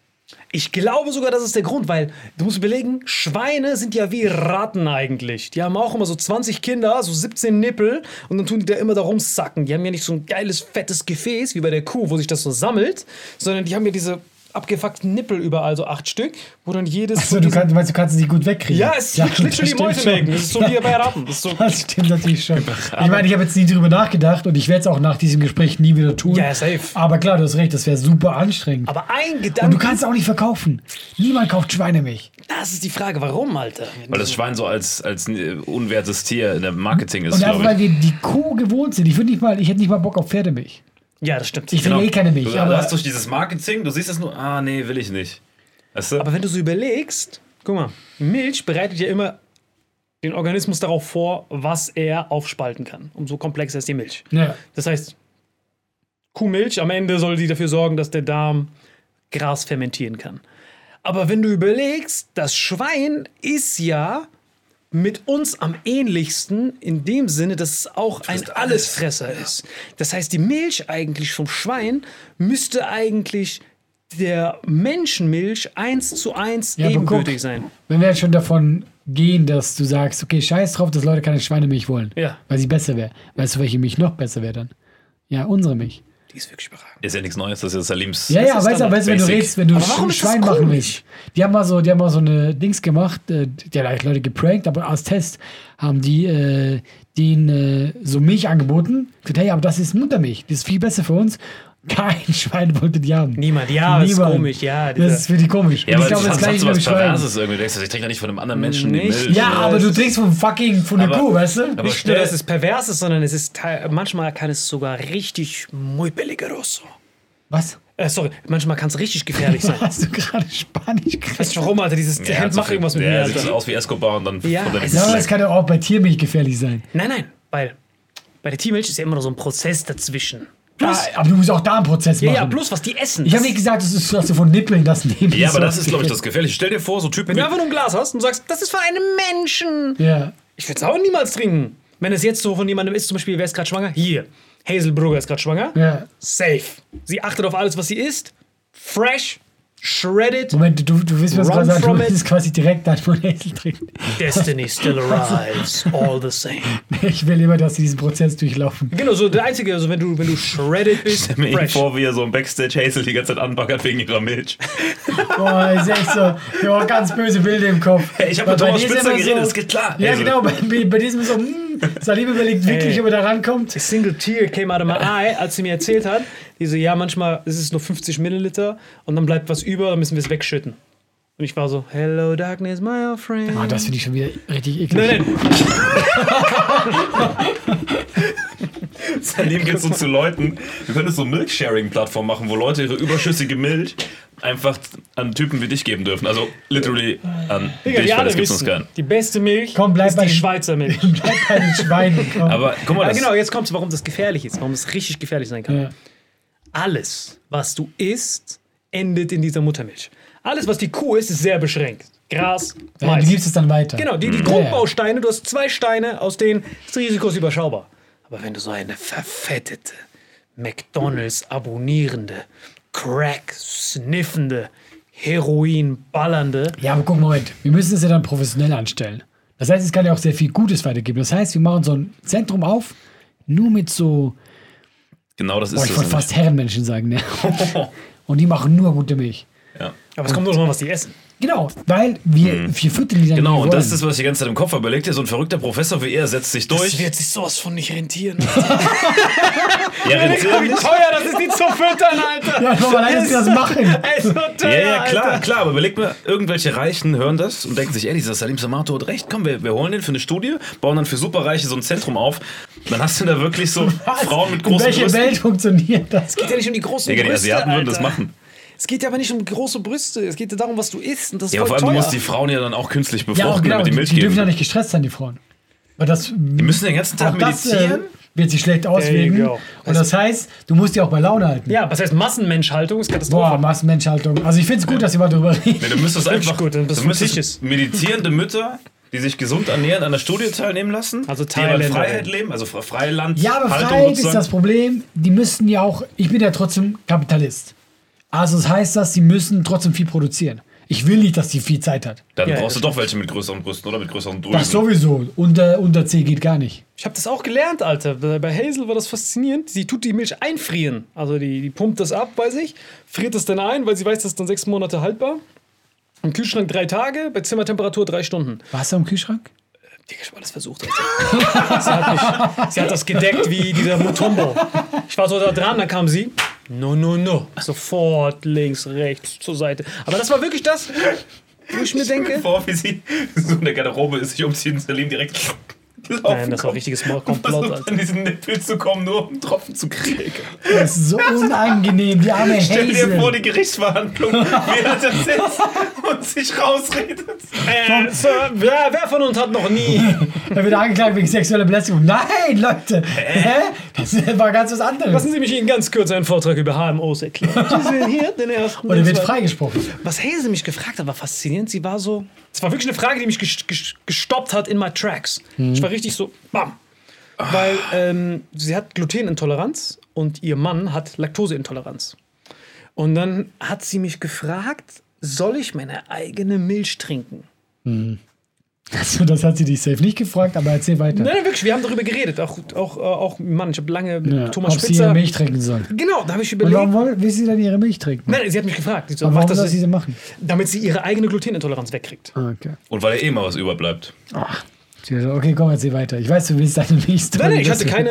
Speaker 2: Ich glaube sogar, das ist der Grund, weil du musst überlegen, Schweine sind ja wie Ratten eigentlich. Die haben auch immer so 20 Kinder, so 17 Nippel und dann tun die da immer da rumsacken. Die haben ja nicht so ein geiles, fettes Gefäß wie bei der Kuh, wo sich das so sammelt, sondern die haben ja diese abgefuckten Nippel überall, so 8 Stück, wo dann jedes...
Speaker 5: Achso,
Speaker 2: von
Speaker 5: du
Speaker 2: diesen-
Speaker 5: meinst, du kannst es nicht gut wegkriegen.
Speaker 2: ja, es ist literally
Speaker 5: das
Speaker 2: Mäuse
Speaker 5: stimmt
Speaker 2: melken.
Speaker 5: schon.
Speaker 2: Das ist so wie bei Ratten. Das ist so,
Speaker 5: Das stimmt natürlich schon. Ich meine, ich habe jetzt nie drüber nachgedacht und ich werde es auch nach diesem Gespräch nie wieder tun.
Speaker 2: ja, safe.
Speaker 5: Aber klar, du hast recht, das wäre super anstrengend.
Speaker 2: Aber ein
Speaker 5: Und
Speaker 2: Gedanke,
Speaker 5: du kannst es auch nicht verkaufen. Niemand kauft Schweinemilch.
Speaker 2: das ist die Frage, warum, Alter?
Speaker 3: Weil das Schwein so als unwertes Tier in der Marketing ist,
Speaker 5: Und einfach,
Speaker 3: glaube
Speaker 5: weil
Speaker 3: ich.
Speaker 5: wir die Kuh gewohnt sind. Ich hätte nicht mal Bock auf Pferdemilch.
Speaker 2: Ja, das stimmt.
Speaker 5: Ich trinke eh keine Milch.
Speaker 3: Du
Speaker 5: Aber
Speaker 3: hast durch dieses Marketing, du siehst das nur, nee, will ich nicht. Weißt du?
Speaker 2: Aber wenn du so überlegst, guck mal, Milch bereitet ja immer den Organismus darauf vor, was er aufspalten kann. Umso komplexer ist die Milch.
Speaker 5: ja.
Speaker 2: Das heißt, Kuhmilch, am Ende soll die dafür sorgen, dass der Darm Gras fermentieren kann. Aber wenn du überlegst, das Schwein ist ja mit uns am ähnlichsten in dem Sinne, dass es auch ein Allesfresser ist. Das heißt, die Milch eigentlich vom Schwein müsste eigentlich der Menschenmilch 1:1
Speaker 5: Ja, aber
Speaker 2: ebenbürtig
Speaker 5: guck,
Speaker 2: sein.
Speaker 5: Wenn wir jetzt schon davon gehen, dass du sagst, okay, scheiß drauf, dass Leute keine Schweinemilch wollen.
Speaker 2: Ja.
Speaker 5: Weil sie besser wäre. Weißt du, welche Milch noch besser wäre dann? Ja, unsere Milch.
Speaker 2: Die ist wirklich überragend.
Speaker 3: Ist ja nichts Neues, das ist ja Salims.
Speaker 5: Ja, ja,
Speaker 2: ist
Speaker 5: weißt du,
Speaker 2: dann
Speaker 5: wenn du
Speaker 3: basic.
Speaker 5: redest, wenn du
Speaker 2: Aber warum ist das
Speaker 5: Schwein machen
Speaker 2: komisch?
Speaker 5: willst. Die haben mal so eine Dings gemacht, die haben Leute geprankt, aber als Test haben die denen so Milch angeboten. Gesagt, hey, aber das ist Muttermilch, das ist viel besser für uns. Kein Schwein wollte die haben.
Speaker 2: Niemand, ja, das ist
Speaker 5: Niemand.
Speaker 2: komisch, ja.
Speaker 5: Das ist für die komisch.
Speaker 3: Ja,
Speaker 5: Und
Speaker 3: aber
Speaker 5: ich glaube, das
Speaker 3: hat
Speaker 5: gleiche
Speaker 3: so
Speaker 5: mit
Speaker 3: was
Speaker 5: dem Schwein.
Speaker 3: Perverses irgendwie. Du denkst, ich trinke ja nicht von einem anderen Menschen die
Speaker 2: Nicht.
Speaker 3: Milch.
Speaker 5: Ja, aber du trinkst von der
Speaker 3: Aber-
Speaker 5: Kuh, weißt du?
Speaker 3: aber
Speaker 2: Nicht nur, dass es pervers ist, sondern es ist manchmal kann es sogar richtig muy peligroso.
Speaker 5: Was?
Speaker 2: Sorry, manchmal kann es richtig gefährlich sein.
Speaker 5: Hast du gerade Spanisch gesagt?
Speaker 2: Weißt du warum, Alter? Dieses
Speaker 3: Ja,
Speaker 2: Hemd macht irgendwas mit mir,
Speaker 3: Ja, sieht so
Speaker 2: Alter.
Speaker 3: aus wie Escobar und dann
Speaker 2: Ja,
Speaker 3: kommt er
Speaker 2: es
Speaker 3: nicht
Speaker 5: Ja, aber
Speaker 3: weg.
Speaker 5: es kann ja auch bei Tiermilch gefährlich sein.
Speaker 2: Nein, weil bei der Tiermilch ist ja immer noch so ein Prozess dazwischen.
Speaker 5: Aber du musst auch da einen Prozess machen.
Speaker 2: Ja, bloß was die essen.
Speaker 5: Ich habe nicht gesagt, das ist so von Nippeln, das nehmen.
Speaker 3: Ja, aber das ist, glaube ich, das Gefährliche. Stell dir vor, so Typen
Speaker 2: Wenn
Speaker 3: wie...
Speaker 2: du einfach nur ein Glas hast und sagst, das ist von einem Menschen.
Speaker 5: Ja.
Speaker 2: Ich würde es auch niemals trinken. Wenn es jetzt so von jemandem ist, zum Beispiel, wer ist gerade schwanger? Hier. Hazel Brugger ist gerade schwanger.
Speaker 5: Ja.
Speaker 2: Safe. Sie achtet auf alles, was sie isst. Fresh. Shredded.
Speaker 5: Moment, du willst mir
Speaker 2: Run
Speaker 5: quasi sagen,
Speaker 2: from
Speaker 5: du
Speaker 2: it.
Speaker 5: willst quasi direkt dein von Hazel trinken.
Speaker 2: Destiny still arrives. All the same.
Speaker 5: Ich will immer, dass sie diesen Prozess durchlaufen.
Speaker 2: Genau, so der einzige, also wenn du shredded bist,
Speaker 3: Mir
Speaker 2: fresh.
Speaker 3: vor, wie er so im Backstage Hazel die ganze Zeit anbaggert wegen ihrer Milch.
Speaker 5: Boah, ist echt so. Ich habe ganz böse Bilder im Kopf.
Speaker 3: Hey, ich habe mit
Speaker 5: Weil bei
Speaker 3: Thomas
Speaker 5: dir ist
Speaker 3: Spitzer
Speaker 5: immer
Speaker 3: geredet,
Speaker 5: so-
Speaker 3: das geht klar.
Speaker 5: Ja,
Speaker 3: Hazel.
Speaker 5: genau. Bei diesem so, Salim überlegt wirklich,
Speaker 2: Ey.
Speaker 5: ob er da rankommt.
Speaker 2: A single tear came out of my eye, als sie mir erzählt hat, die so, ja, manchmal ist es nur 50 Milliliter und dann bleibt was über, dann müssen wir es wegschütten. Und ich war so, hello darkness, my old friend.
Speaker 5: Ah, das finde ich schon wieder richtig eklig.
Speaker 2: Nein.
Speaker 3: Salim geht so zu Leuten, wir können so eine Milk-Sharing-Plattform machen, wo Leute ihre überschüssige Milch einfach an Typen wie dich geben dürfen. Also literally an
Speaker 2: Digga,
Speaker 3: dich,
Speaker 2: die
Speaker 3: weil
Speaker 2: alle
Speaker 3: das gibt's uns
Speaker 2: wissen,
Speaker 3: keinen.
Speaker 2: die beste Milch
Speaker 5: Komm, bleib
Speaker 2: ist
Speaker 5: bei
Speaker 2: die
Speaker 5: den-
Speaker 2: Schweizer Milch.
Speaker 5: Bleib bei den Schweinen. Komm.
Speaker 3: Aber guck mal,
Speaker 2: Ja,
Speaker 3: das,
Speaker 2: genau, jetzt kommt's, warum das gefährlich ist, warum es richtig gefährlich sein kann.
Speaker 5: Ja.
Speaker 2: Alles, was du isst, endet in dieser Muttermilch. Alles, was die Kuh isst, ist sehr beschränkt. Gras,
Speaker 5: Ja,
Speaker 2: Mais.
Speaker 5: du gibst es dann weiter.
Speaker 2: Genau, die Grundbausteine, du hast 2 Steine, aus denen das Risiko ist überschaubar. Aber wenn du so eine verfettete, McDonalds abonnierende, Crack sniffende, Heroin ballernde,
Speaker 5: Ja, aber guck, Moment. Wir müssen es ja dann professionell anstellen. Das heißt, es kann ja auch sehr viel Gutes weitergeben. Das heißt, wir machen so ein Zentrum auf, nur mit so,
Speaker 3: genau das ist
Speaker 5: ich
Speaker 3: das.
Speaker 5: wollte fast Herrenmenschen sagen, ne? Und die machen nur gute Milch.
Speaker 3: Ja.
Speaker 2: aber es kommt nur noch mal, was die essen.
Speaker 5: Genau, weil wir füttern die dann
Speaker 3: Genau,
Speaker 5: wie wir
Speaker 3: und das ist
Speaker 5: wollen.
Speaker 3: das, was ich die ganze Zeit im Kopf habe. Überlegt dir, so ein verrückter Professor wie er setzt sich durch.
Speaker 2: wird sich sowas von nicht rentieren.
Speaker 3: Ja, rentiert
Speaker 2: Wie
Speaker 3: nicht.
Speaker 2: teuer das ist, die zu füttern, Alter.
Speaker 5: Ja, nur allein, dass wir das machen.
Speaker 2: Ey, so teuer,
Speaker 3: Ja, klar,
Speaker 2: Alter.
Speaker 3: klar, aber überleg mal, irgendwelche Reichen hören das und denken sich, ey, dieser Salim Samato hat recht, komm, wir holen den für eine Studie, bauen dann für Superreiche so ein Zentrum auf. Dann hast du da wirklich so Frauen mit
Speaker 5: In
Speaker 3: großen
Speaker 5: welcher
Speaker 3: Brüsten.
Speaker 5: Welt funktioniert das?
Speaker 2: Es geht ja nicht um die großen
Speaker 3: Digga, die
Speaker 2: Brüste,
Speaker 3: Asiaten würden das
Speaker 2: Alter.
Speaker 3: machen.
Speaker 2: Es geht ja aber nicht um große Brüste. Es geht ja darum, was du isst. Und das ist
Speaker 3: Ja,
Speaker 2: voll
Speaker 3: vor allem,
Speaker 2: teuer.
Speaker 3: du musst die Frauen ja dann auch künstlich
Speaker 5: Ja,
Speaker 3: befruchten,
Speaker 5: auch genau,
Speaker 3: damit die
Speaker 5: die,
Speaker 3: Milch
Speaker 5: die dürfen ja
Speaker 3: geben.
Speaker 5: nicht gestresst sein, die Frauen. Weil das,
Speaker 3: Die müssen den ganzen Tag
Speaker 5: auch das
Speaker 3: medizieren.
Speaker 5: wird sich schlecht auswirken.
Speaker 2: go.
Speaker 5: Und das heißt, du musst die auch bei Laune halten.
Speaker 2: Ja, was heißt Massenmenschhaltung? Ist
Speaker 5: Boah,
Speaker 2: Katastrophe.
Speaker 5: Massenmenschhaltung. Also ich finde es gut, dass ihr mal drüber redet.
Speaker 3: Nee, du müsstest
Speaker 2: Wirklich
Speaker 3: einfach
Speaker 2: gut, das
Speaker 3: du müsstest
Speaker 2: ist.
Speaker 3: meditierende Mütter, die sich gesund ernähren, an der Studie teilnehmen lassen,
Speaker 2: Also
Speaker 3: die aber in
Speaker 2: Thailänder.
Speaker 3: Freiheit leben, also Freiland.
Speaker 5: Ja, aber
Speaker 3: Haltung
Speaker 5: Freiheit ist
Speaker 3: sozusagen.
Speaker 5: das Problem. Die müssten ja auch, ich bin ja trotzdem Kapitalist. Also das heißt, dass sie müssen trotzdem viel produzieren. Ich will nicht, dass sie viel Zeit hat.
Speaker 3: Dann
Speaker 2: Ja,
Speaker 3: brauchst du
Speaker 2: ja,
Speaker 3: doch welche mit größeren Brüsten oder mit größeren Drüsen.
Speaker 5: Das sowieso. Unter C geht gar nicht.
Speaker 2: Ich habe das auch gelernt, Alter. Bei Hazel war das faszinierend. Sie tut die Milch einfrieren. Also die pumpt das ab bei sich, friert es dann ein, weil sie weiß, das ist dann 6 Monate haltbar. Im Kühlschrank 3 Tage, bei Zimmertemperatur 3 Stunden.
Speaker 5: Wasser im Kühlschrank?
Speaker 2: Digga, ich hab alles versucht, Alter. sie hat das gedeckt wie dieser Mutombo. Ich war so da dran, dann kam sie. No. Sofort links, rechts, zur Seite. Aber das war wirklich das, wo ich mir denke.
Speaker 3: vor, wie sie so in der Garderobe ist, sich umziehen und Salim direkt laufen
Speaker 2: Nein, das war
Speaker 3: kommt.
Speaker 2: richtiges Komplott,
Speaker 3: Versucht
Speaker 2: Alter.
Speaker 3: an diesen Nippel zu kommen, nur um einen Tropfen zu kriegen.
Speaker 5: Das ist so unangenehm. Die arme
Speaker 3: Stell dir vor,
Speaker 5: Hazel.
Speaker 3: die Gerichtsverhandlung, wie er da sitzt und sich rausredet.
Speaker 2: Sir, wer von uns hat noch nie?
Speaker 5: Er wird angeklagt wegen sexueller Belästigung. Nein, Leute. Hä? Das war ganz was anderes.
Speaker 2: Lassen Sie mich Ihnen ganz kurz einen Vortrag über HMOs erklären. Sie sehen hier den ersten.
Speaker 5: Und er
Speaker 2: den
Speaker 5: wird
Speaker 2: zweiten.
Speaker 5: freigesprochen.
Speaker 2: Was Hazel mich gefragt hat, war faszinierend. Sie war so. Es war wirklich eine Frage, die mich gestoppt hat in my tracks. Ich war richtig so, bam. Weil sie hat Glutenintoleranz und ihr Mann hat Laktoseintoleranz. Und dann hat sie mich gefragt, soll ich meine eigene Milch trinken?
Speaker 5: Also, das hat sie dich safe nicht gefragt, aber erzähl weiter.
Speaker 2: Nein, wirklich, wir haben darüber geredet. Auch Mann, ich habe lange mit
Speaker 5: Ja,
Speaker 2: Thomas
Speaker 5: ob sie
Speaker 2: Spitzer.
Speaker 5: ihre Milch trinken soll.
Speaker 2: Genau, da habe ich
Speaker 5: Und
Speaker 2: überlegt.
Speaker 5: warum will sie dann ihre Milch trinken?
Speaker 2: Nein, sie hat mich gefragt. Sie so,
Speaker 5: Aber
Speaker 2: macht
Speaker 5: warum
Speaker 2: das,
Speaker 5: soll sie machen?
Speaker 2: damit sie ihre eigene Glutenintoleranz wegkriegt.
Speaker 5: Ah, okay.
Speaker 3: Und weil ja eh mal was überbleibt.
Speaker 5: Sie so, okay, komm, erzähl weiter. Ich weiß, du willst deine Milch trinken.
Speaker 2: Nein, ich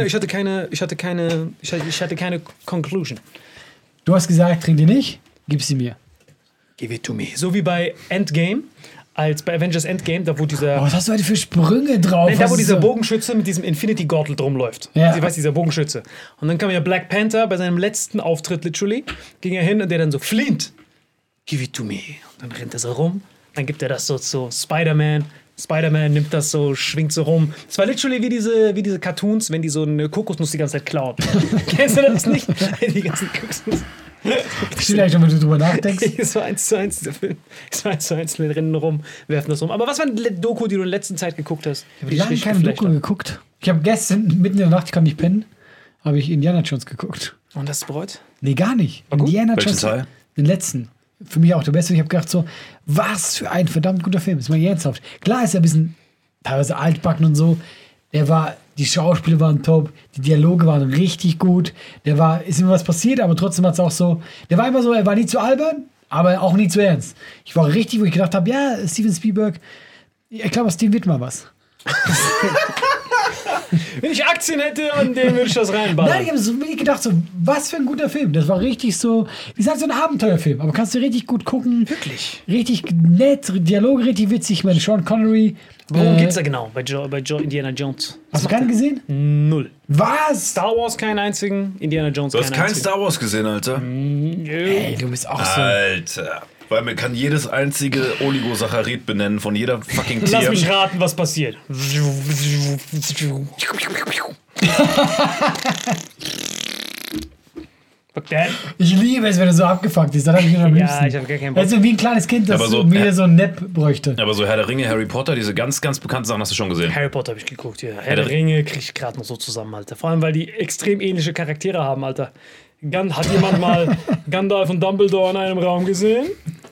Speaker 2: hatte keine Conclusion.
Speaker 5: Du hast gesagt, trink die nicht, gib sie mir.
Speaker 2: Give it to me. So wie bei Endgame, bei Avengers Endgame, da wo dieser.
Speaker 5: Oh, was hast du heute für Sprünge drauf?
Speaker 2: Nein, da
Speaker 5: Was
Speaker 2: wo
Speaker 5: ist
Speaker 2: dieser
Speaker 5: so?
Speaker 2: Bogenschütze mit diesem Infinity Gauntlet rumläuft.
Speaker 5: Ja.
Speaker 2: Sie weiß, dieser Bogenschütze. Und dann kam ja Black Panther bei seinem letzten Auftritt, literally, ging er hin und der dann so, Flint, give it to me. Und dann rennt er so rum, dann gibt er das so zu Spider-Man, Spider-Man nimmt das so, schwingt so rum. Es war literally wie diese Cartoons, wenn die so eine Kokosnuss die ganze Zeit klauen. Kennst du das nicht? Die ganzen Kokosnuss.
Speaker 5: Stimmt eigentlich, wenn du drüber nachdenkst.
Speaker 2: Es war 1:1, dieser Film. Es war 1:1, wir rennen rum, werfen das rum. Aber was war eine Doku, die du in letzter Zeit geguckt hast?
Speaker 5: Ich habe lange keine Doku geguckt. Ich habe gestern, mitten in der Nacht, ich konnte nicht pennen, habe ich Indiana Jones geguckt.
Speaker 2: Und hast du bereut?
Speaker 5: Nee, gar nicht.
Speaker 2: War gut?
Speaker 5: Indiana
Speaker 3: Welchen
Speaker 5: Jones,
Speaker 3: Teil?
Speaker 5: den letzten. Für mich auch der beste. Ich habe gedacht so, was für ein verdammt guter Film. Ist mal ernsthaft. Klar ist er ein bisschen teilweise altbacken und so. Die Schauspieler waren top, die Dialoge waren richtig gut. Ist immer was passiert, aber trotzdem hat es auch so, der war immer so, er war nie zu albern, aber auch nie zu ernst. Ich war richtig, wo ich gedacht habe, ja, Steven Spielberg, ich glaube, aus dem wird mal was.
Speaker 2: Wenn ich Aktien hätte, an den würde ich das reinballern.
Speaker 5: Nein, ich habe so wirklich gedacht, so, was für ein guter Film. Das war richtig so, wie gesagt, so ein Abenteuerfilm, aber kannst du richtig gut gucken.
Speaker 2: Wirklich?
Speaker 5: Richtig nett, Dialoge richtig witzig. Ich meine, Sean Connery.
Speaker 2: Worum geht's da genau bei Indiana Jones?
Speaker 5: Hast du keinen gesehen?
Speaker 2: Null.
Speaker 5: Was?
Speaker 2: Star Wars keinen einzigen, Indiana Jones
Speaker 3: Du hast
Speaker 2: keinen
Speaker 3: kein
Speaker 2: einzigen.
Speaker 3: Star Wars gesehen, Alter.
Speaker 5: Ey, du bist auch so.
Speaker 3: Alter. Weil man kann jedes einzige Oligosaccharid benennen von jeder fucking
Speaker 2: Lass
Speaker 3: Tier.
Speaker 2: mich raten, was passiert. Fuck that.
Speaker 5: Ich liebe es, wenn er so abgefuckt ist. Dann habe ich ihn am liebsten.
Speaker 2: Ja, ich habe gar keinen Bock.
Speaker 5: Also wie ein kleines Kind, das
Speaker 3: Aber so-
Speaker 5: wieder so ein Nepp bräuchte.
Speaker 3: Aber so Herr der Ringe, Harry Potter, diese ganz, ganz bekannten Sachen hast du schon gesehen.
Speaker 2: Harry Potter habe ich geguckt, ja. Herr der Ringe kriege ich gerade noch so zusammen, Alter. Vor allem, weil die extrem ähnliche Charaktere haben, Alter. Hat jemand mal Gandalf und Dumbledore in einem Raum gesehen?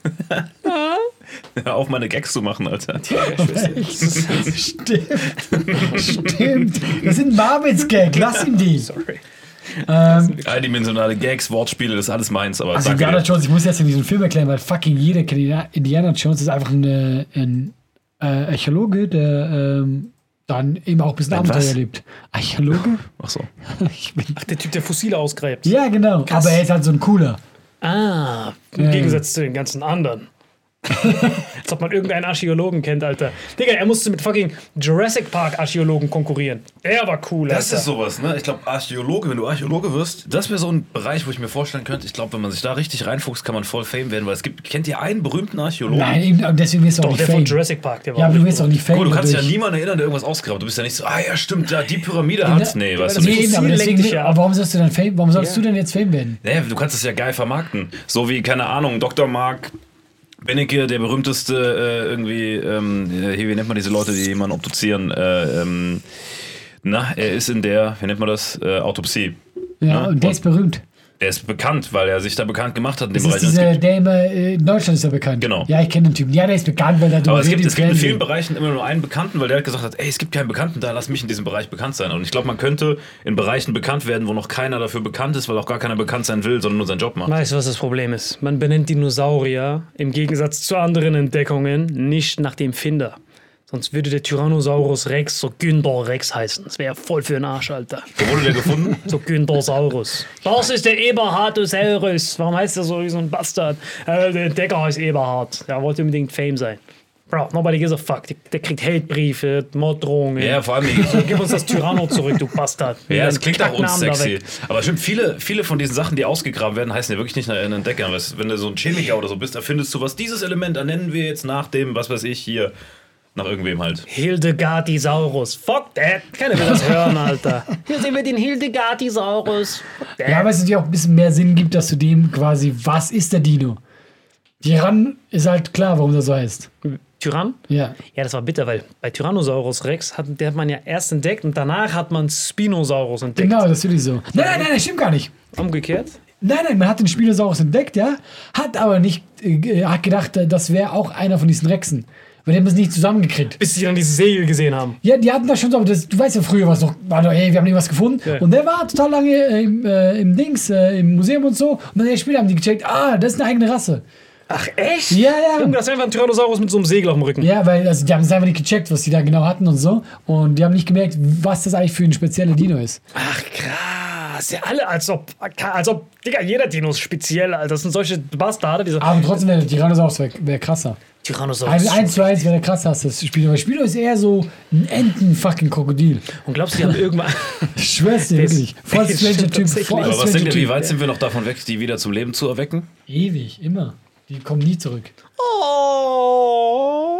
Speaker 3: Hör auf, meine Gags zu machen, Alter.
Speaker 5: Stimmt. Stimmt. Das sind Marvins Gag. Lass ihn die.
Speaker 2: Sorry.
Speaker 3: Eindimensionale Gags, Wortspiele, das ist alles meins. Aber
Speaker 5: Also
Speaker 3: danke
Speaker 5: Indiana
Speaker 3: dir.
Speaker 5: Jones, ich muss jetzt in diesem Film erklären, weil fucking jeder kennt Indiana Jones ist einfach ein Archäologe, der dann eben auch ein bisschen
Speaker 3: Ein
Speaker 5: Abenteuer
Speaker 3: was?
Speaker 5: erlebt. Archäologe?
Speaker 3: Ach so.
Speaker 2: Ach, der Typ, der Fossile ausgräbt.
Speaker 5: Ja, genau.
Speaker 2: Krass.
Speaker 5: Aber er ist halt so ein cooler.
Speaker 2: Ah, im Gegensatz zu den ganzen anderen. Als ob man irgendeinen Archäologen kennt, Alter. Digga, er musste mit fucking Jurassic Park Archäologen konkurrieren. Der war cool, Alter.
Speaker 3: Das ist sowas, ne? Ich glaube, Archäologe, wenn du Archäologe wirst, das wäre so ein Bereich, wo ich mir vorstellen könnte, ich glaube, wenn man sich da richtig reinfuchst, kann man voll Fame werden, weil kennt ihr einen berühmten Archäologen?
Speaker 5: Nein, eben, deswegen wirst du auch
Speaker 2: Doch,
Speaker 5: nicht
Speaker 2: der von
Speaker 5: Fame.
Speaker 2: Jurassic Park, der war
Speaker 5: Ja, aber
Speaker 2: auch
Speaker 5: du wirst auch nicht Fame.
Speaker 3: Guck mal, du kannst dich
Speaker 5: dadurch.
Speaker 3: an niemanden erinnern, der irgendwas ausgrabt. Du bist ja nicht so, ja, stimmt, ja, die Pyramide hat's. Nee, weißt du
Speaker 2: das
Speaker 5: Nee,
Speaker 3: nicht.
Speaker 5: eben, aber
Speaker 2: Fossil
Speaker 5: deswegen,
Speaker 2: lenkt dich ja ab.
Speaker 5: aber warum sollst du dann Fame? Warum sollst
Speaker 2: Ja.
Speaker 5: du denn jetzt Fame werden?
Speaker 3: Naja, du kannst es ja geil vermarkten. So wie, keine Ahnung, Dr. Mark Benecke, der berühmteste hier, wie nennt man diese Leute, die jemanden obduzieren? Er ist in der, wie nennt man das? Autopsie.
Speaker 5: Ja, und der ist berühmt.
Speaker 3: Der ist bekannt, weil er sich da bekannt gemacht hat in dem
Speaker 5: Das ist
Speaker 3: Bereich.
Speaker 5: dieser, der immer, in Deutschland ist er bekannt.
Speaker 3: Genau.
Speaker 5: Ja, ich kenne den Typen. Ja, der ist bekannt, weil er
Speaker 3: Aber
Speaker 5: darüber
Speaker 3: es gibt
Speaker 5: redet
Speaker 3: in
Speaker 5: im
Speaker 3: vielen
Speaker 5: Fernsehen.
Speaker 3: Bereichen immer nur einen Bekannten, weil der hat gesagt hat, ey, es gibt keinen Bekannten da, lass mich in diesem Bereich bekannt sein. Und ich glaube, man könnte in Bereichen bekannt werden, wo noch keiner dafür bekannt ist, weil auch gar keiner bekannt sein will, sondern nur seinen Job macht.
Speaker 2: Weißt du, was das Problem ist? Man benennt Dinosaurier im Gegensatz zu anderen Entdeckungen nicht nach dem Finder. Sonst würde der Tyrannosaurus Rex so Günther Rex heißen. Das wäre voll für den Arsch, Alter.
Speaker 3: Wo wurde der gefunden?
Speaker 2: So Günthersaurus. Das ist der Eberhardosaurus. Warum heißt der so wie so ein Bastard? Der Entdecker heißt Eberhard. Der wollte unbedingt Fame sein. Bro, nobody gives a fuck. Der kriegt Hate-Briefe, Morddrohungen.
Speaker 3: Ja, vor allem.
Speaker 2: Gib uns das Tyranno zurück, du Bastard.
Speaker 3: Ja, es klingt auch
Speaker 2: Kacknamen da
Speaker 3: unsexy.
Speaker 2: weg.
Speaker 3: Aber stimmt, viele von diesen Sachen, die ausgegraben werden, heißen ja wirklich nicht einen Entdecker. Wenn du so ein Chemiker oder so bist, erfindest du was. Dieses Element nennen wir jetzt nach dem, was weiß ich, hier, nach irgendwem halt.
Speaker 2: Hildegardisaurus. Fuck that. Keiner will das hören, Alter. Hier sehen wir den Hildegardisaurus. Fuck that.
Speaker 5: Ja, aber es natürlich auch ein bisschen mehr Sinn gibt, dass du dem quasi, was ist der Dino? Tyrann ist halt klar, warum das so heißt.
Speaker 2: Tyrann?
Speaker 5: Ja.
Speaker 2: Ja, das war bitter, weil bei Tyrannosaurus Rex hat man ja erst entdeckt und danach hat man Spinosaurus entdeckt.
Speaker 5: Genau, das ist wirklich so. Nein, das stimmt gar nicht.
Speaker 2: Umgekehrt?
Speaker 5: Nein, man hat den Spinosaurus entdeckt, ja, hat aber nicht hat gedacht, das wäre auch einer von diesen Rexen. Weil die haben es nicht zusammengekriegt.
Speaker 2: Bis sie dann dieses Segel gesehen haben.
Speaker 5: Ja, die hatten das schon so, aber du weißt ja früher, was noch war, hey, wir haben irgendwas gefunden.
Speaker 2: Ja.
Speaker 5: Und der war total lange im im Museum und so. Und dann erst später haben die gecheckt, das ist eine eigene Rasse.
Speaker 2: Ach, echt?
Speaker 5: Ja, ja.
Speaker 2: Junge, das ist einfach ein Tyrannosaurus mit so einem Segel auf dem Rücken.
Speaker 5: Ja, weil die haben es einfach nicht gecheckt, was die da genau hatten und so. Und die haben nicht gemerkt, was das eigentlich für ein spezieller Dino ist.
Speaker 2: Ach, krass. Ja, alle, als ob, Digga, jeder Dino ist speziell, Alter. Das sind solche Bastarde, diese
Speaker 5: Aber trotzdem wäre der Tyrannosaurus wär krasser.
Speaker 2: Tyrannosaurus.
Speaker 5: 1 zu 1 wäre der krasser, das Spino. Weil Spino ist eher so ein Enten-fucking-Krokodil.
Speaker 2: Und glaubst du, die haben irgendwann...
Speaker 5: Ich schwör's dir,
Speaker 2: Das-
Speaker 5: wirklich. Voll
Speaker 2: das
Speaker 5: stranger
Speaker 2: stimmt
Speaker 5: Typ.
Speaker 2: tatsächlich.
Speaker 5: Voll
Speaker 3: Aber was
Speaker 5: stranger
Speaker 3: denkt ihr, wie
Speaker 5: Typ.
Speaker 3: weit sind wir noch davon weg, die wieder zum Leben zu erwecken?
Speaker 5: Ewig, immer. Die kommen nie zurück.
Speaker 2: Oh.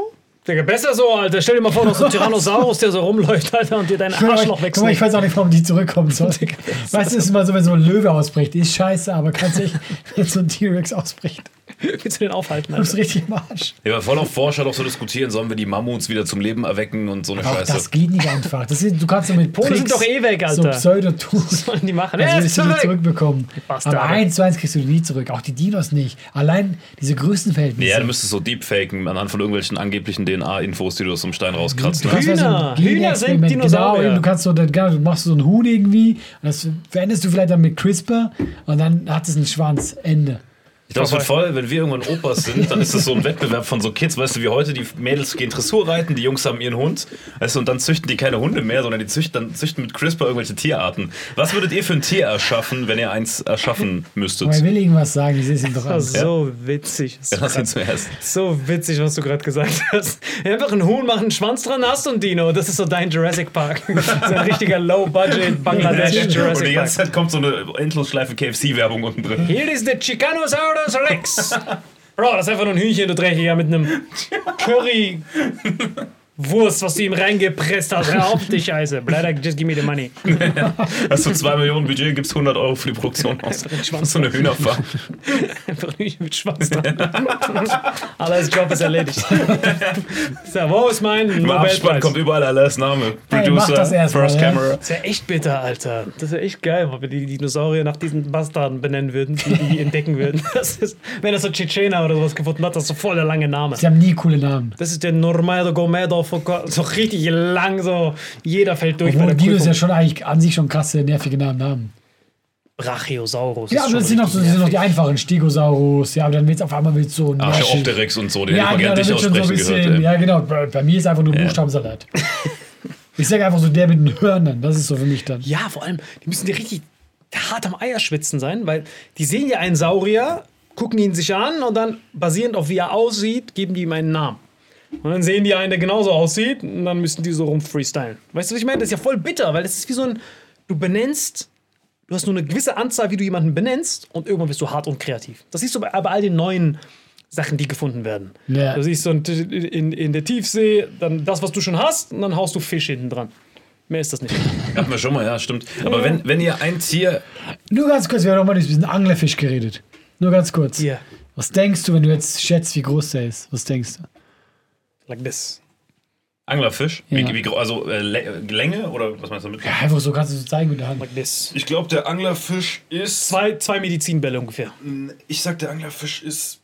Speaker 2: Digga, besser so, Alter. Stell dir mal vor, noch so ein Tyrannosaurus, der so rumläuft, Alter, und dir dein Arschloch
Speaker 5: Guck
Speaker 2: wächst.
Speaker 5: mal, ich weiß auch nicht, warum die zurückkommen soll. Weißt du, es ist immer so, wenn so ein Löwe ausbricht. Die ist scheiße, aber kann sich, wenn so ein T-Rex ausbricht.
Speaker 2: Willst du den aufhalten,
Speaker 5: Du bist
Speaker 2: Alter?
Speaker 5: richtig im Arsch.
Speaker 3: Ja, voll auf Forscher doch so diskutieren, sollen wir die Mammuts wieder zum Leben erwecken und so eine
Speaker 5: Auch
Speaker 3: Scheiße.
Speaker 5: das geht nicht einfach. Du kannst so mit
Speaker 2: Pole sind doch eh weg,
Speaker 5: so
Speaker 2: Alter.
Speaker 5: Pseudo-Tun.
Speaker 2: Was sollen die machen?
Speaker 5: Also
Speaker 2: Er
Speaker 5: willst
Speaker 2: ist
Speaker 5: du die
Speaker 2: zurück.
Speaker 5: zurückbekommen.
Speaker 2: Bastarde.
Speaker 5: Aber 1:1 kriegst du die nie zurück. Auch die Dinos nicht. Allein diese Größenverhältnisse.
Speaker 3: Ja, du müsstest so deepfaken anhand von irgendwelchen angeblichen DNA-Infos, die du aus dem Stein rauskratzt.
Speaker 5: Du kannst
Speaker 2: Hühner.
Speaker 5: so ein
Speaker 2: Hühner
Speaker 5: Genexperiment-
Speaker 2: sind Dinosaurier.
Speaker 5: Genau, du kannst so, du machst so ein Huhn irgendwie und das veränderst du vielleicht dann mit CRISPR und dann hat es einen Schwanz. Ende.
Speaker 3: Ich glaube, es wird voll, wenn wir irgendwann Opas sind, dann ist es so ein Wettbewerb von so Kids, weißt du, wie heute, die Mädels gehen Dressur reiten, die Jungs haben ihren Hund, weißt du, und dann züchten die keine Hunde mehr, sondern die züchten mit CRISPR irgendwelche Tierarten. Was würdet ihr für ein Tier erschaffen, wenn ihr eins erschaffen müsstet?
Speaker 5: Aber ich will irgendwas sagen, ich sehe es ihm doch an.
Speaker 2: Das ist so witzig.
Speaker 3: Ja, lass ihn zuerst.
Speaker 2: So witzig, was du gerade gesagt hast. Einfach ein Huhn, mach einen Schwanz dran, hast du ein Dino. Das ist so dein Jurassic Park. Das ist ein richtiger Low-Budget Bangladesh
Speaker 3: Und die
Speaker 2: Jurassic
Speaker 3: ganze
Speaker 2: Park.
Speaker 3: Zeit kommt so eine Endlosschleife KFC-Werbung unten drin.
Speaker 2: Hier ist der Chicanosaurus Rex. Bro, das ist einfach nur ein Hühnchen, du Dreckiger, mit einem Curry-Wurst, was du ihm reingepresst hast. Hör auf die Scheiße. Bleider, just give me the money.
Speaker 3: Hast du 2 Millionen Budget, gibst 100 Euro für die Produktion aus.
Speaker 2: Einfach den
Speaker 3: Das
Speaker 2: Schwanz.
Speaker 3: ist so eine Hühnerfarm.
Speaker 2: Einfach ein Hühnchen mit Schwanz dran. Alles Job ist erledigt. So, wo ist mein
Speaker 3: Im Abspann
Speaker 2: Nobelpreis?
Speaker 3: kommt überall alles Name.
Speaker 5: Hey, mach das
Speaker 3: Producer,
Speaker 5: erst mal,
Speaker 3: First
Speaker 5: ja.
Speaker 3: Camera.
Speaker 2: Das wäre echt bitter, Alter. Das wäre echt geil, wenn wir die Dinosaurier nach diesen Bastarden benennen würden, die entdecken würden. Das ist, wenn das so Tschetschener oder sowas gefunden hat, das ist so voll der lange Name.
Speaker 5: Sie haben nie coole Namen.
Speaker 2: Das ist der Normedo Gomedo, so richtig lang, so jeder fällt durch
Speaker 5: Obwohl
Speaker 2: bei der
Speaker 5: Dinos ja
Speaker 2: Prüfung.
Speaker 5: schon eigentlich an sich schon krasse, nervige Namen haben.
Speaker 2: Brachiosaurus.
Speaker 5: Ja,
Speaker 2: ist
Speaker 5: aber
Speaker 2: schon
Speaker 5: das sind noch so,
Speaker 2: richtig
Speaker 5: das sind noch die
Speaker 2: nervig.
Speaker 5: einfachen. Stegosaurus, ja, aber dann wird's auf einmal so
Speaker 3: Archeopteryx und so, den
Speaker 5: Ja,
Speaker 3: hätte
Speaker 5: genau,
Speaker 3: man
Speaker 5: da
Speaker 3: gerne
Speaker 5: wird
Speaker 3: dich
Speaker 5: schon so ein
Speaker 3: aussprechen
Speaker 5: bisschen,
Speaker 3: gehört. ey.
Speaker 5: ja genau, bei mir ist einfach nur Buchstabensalat. Ich sage einfach so, der mit den Hörnern, das ist so für mich dann.
Speaker 2: Ja, vor allem, die müssen die richtig hart am Eierschwitzen sein, weil die sehen ja einen Saurier, gucken ihn sich an und dann, basierend auf wie er aussieht, geben die ihm einen Namen. Und dann sehen die einen, der genauso aussieht, und dann müssen die so rum freestylen. Weißt du, was ich meine? Das ist ja voll bitter, weil das ist wie so ein, du hast nur eine gewisse Anzahl, wie du jemanden benennst, und irgendwann bist du hart und kreativ. Das siehst du bei all den neuen Sachen, die gefunden werden.
Speaker 5: Ja.
Speaker 2: Du siehst so in der Tiefsee, dann das, was du schon hast, und dann haust du Fisch hinten dran. Mehr ist das nicht.
Speaker 3: Hatten wir schon mal, ja, stimmt. Aber wenn ihr ein Tier.
Speaker 5: Nur ganz kurz, wir haben nochmal über diesen Anglerfisch geredet. Nur ganz kurz.
Speaker 2: Hier,
Speaker 5: Was denkst du, wenn du jetzt schätzt, wie groß der ist? Was denkst du?
Speaker 2: like this.
Speaker 3: Anglerfisch?
Speaker 5: Ja.
Speaker 3: Also Länge oder was meinst du damit?
Speaker 5: Ja, einfach so kannst du so zeigen mit der Hand.
Speaker 2: Like this.
Speaker 3: Ich glaube, der Anglerfisch ist.
Speaker 2: Zwei Medizinbälle ungefähr.
Speaker 3: Ich sag, der Anglerfisch ist.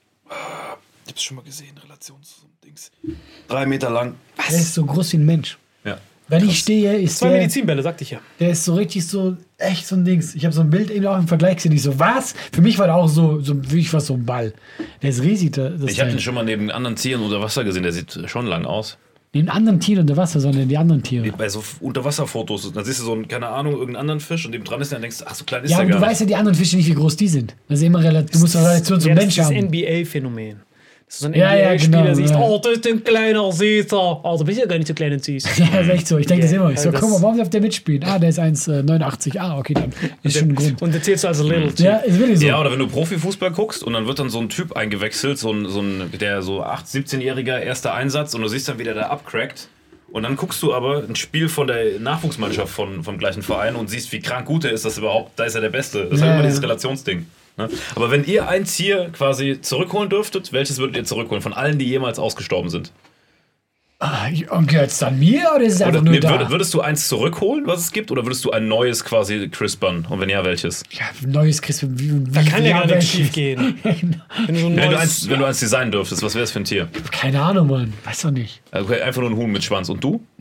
Speaker 3: Ich hab's schon mal gesehen, Relation zu so einem Dings. 3 Meter lang.
Speaker 5: Der ist so groß wie ein Mensch.
Speaker 3: Ja.
Speaker 5: Wenn ich stehe, ist
Speaker 2: Zwei
Speaker 5: der,
Speaker 2: Medizinbälle, sagte ich ja.
Speaker 5: der ist so richtig so, echt so ein Dings. Ich habe so ein Bild eben auch im Vergleich gesehen. Ich so, was? Für mich war der auch so wirklich was so ein Ball. Der ist riesig. Das
Speaker 3: Ich habe
Speaker 5: Teil.
Speaker 3: den schon mal neben anderen Tieren unter Wasser gesehen, der sieht schon lang aus.
Speaker 5: Den anderen Tieren unter Wasser, sondern die anderen Tiere.
Speaker 3: Bei so Unterwasserfotos, dann siehst du so einen, keine Ahnung, irgendeinen anderen Fisch und dem dran ist, dann denkst du, ach, so klein ist
Speaker 5: Ja,
Speaker 3: der
Speaker 5: aber
Speaker 3: gar
Speaker 5: du
Speaker 3: nicht.
Speaker 5: weißt ja die anderen Fische nicht, wie groß die sind. Das ist immer relativ, du musst eine Relation zum
Speaker 2: Ja, das
Speaker 5: Mensch
Speaker 2: ist das
Speaker 5: haben.
Speaker 2: NBA-Phänomen. Das ist so ein
Speaker 5: Ja, ja,
Speaker 2: NBA-Spieler,
Speaker 5: genau,
Speaker 2: siehst,
Speaker 5: ja.
Speaker 2: oh, das ist ein kleiner Süßer. Oh, du bist ja gar nicht so klein und süß.
Speaker 5: Ja, das ist echt so. Ich denke das immer. Ich so,
Speaker 2: das-
Speaker 5: guck mal, warum darf der mitspielen? Ah, der ist 1,89. Ah, okay, dann ist schon ein Grund.
Speaker 2: Und erzählst du also Little Chief.
Speaker 5: Ja, ist wirklich so.
Speaker 3: Ja, oder wenn du Profifußball guckst und dann wird dann so ein Typ eingewechselt, der so 17-jähriger erster Einsatz und du siehst dann, wie der da abcrackt. Und dann guckst du aber ein Spiel von der Nachwuchsmannschaft vom gleichen Verein und siehst, wie krank gut er ist, da ist er der Beste. Das ist halt
Speaker 5: Ja.
Speaker 3: immer dieses Relationsding. Ne? Aber wenn ihr ein Tier quasi zurückholen dürftet, welches würdet ihr zurückholen? Von allen, die jemals ausgestorben sind?
Speaker 5: Und gehört es dann mir oder ist es einfach
Speaker 3: Oder,
Speaker 5: nur da?
Speaker 3: würdest du eins zurückholen, was es gibt, oder würdest du ein neues quasi crispern? Und wenn ja, welches?
Speaker 5: Ja, neues Chris.
Speaker 2: Da kann ja gar nichts schief gehen. Wenn du so ein neues,
Speaker 3: Wenn du eins designen dürftest, was wäre es für ein Tier?
Speaker 5: Keine Ahnung, Mann. Weiß doch nicht.
Speaker 3: Okay, einfach nur ein Huhn mit Schwanz. Und du?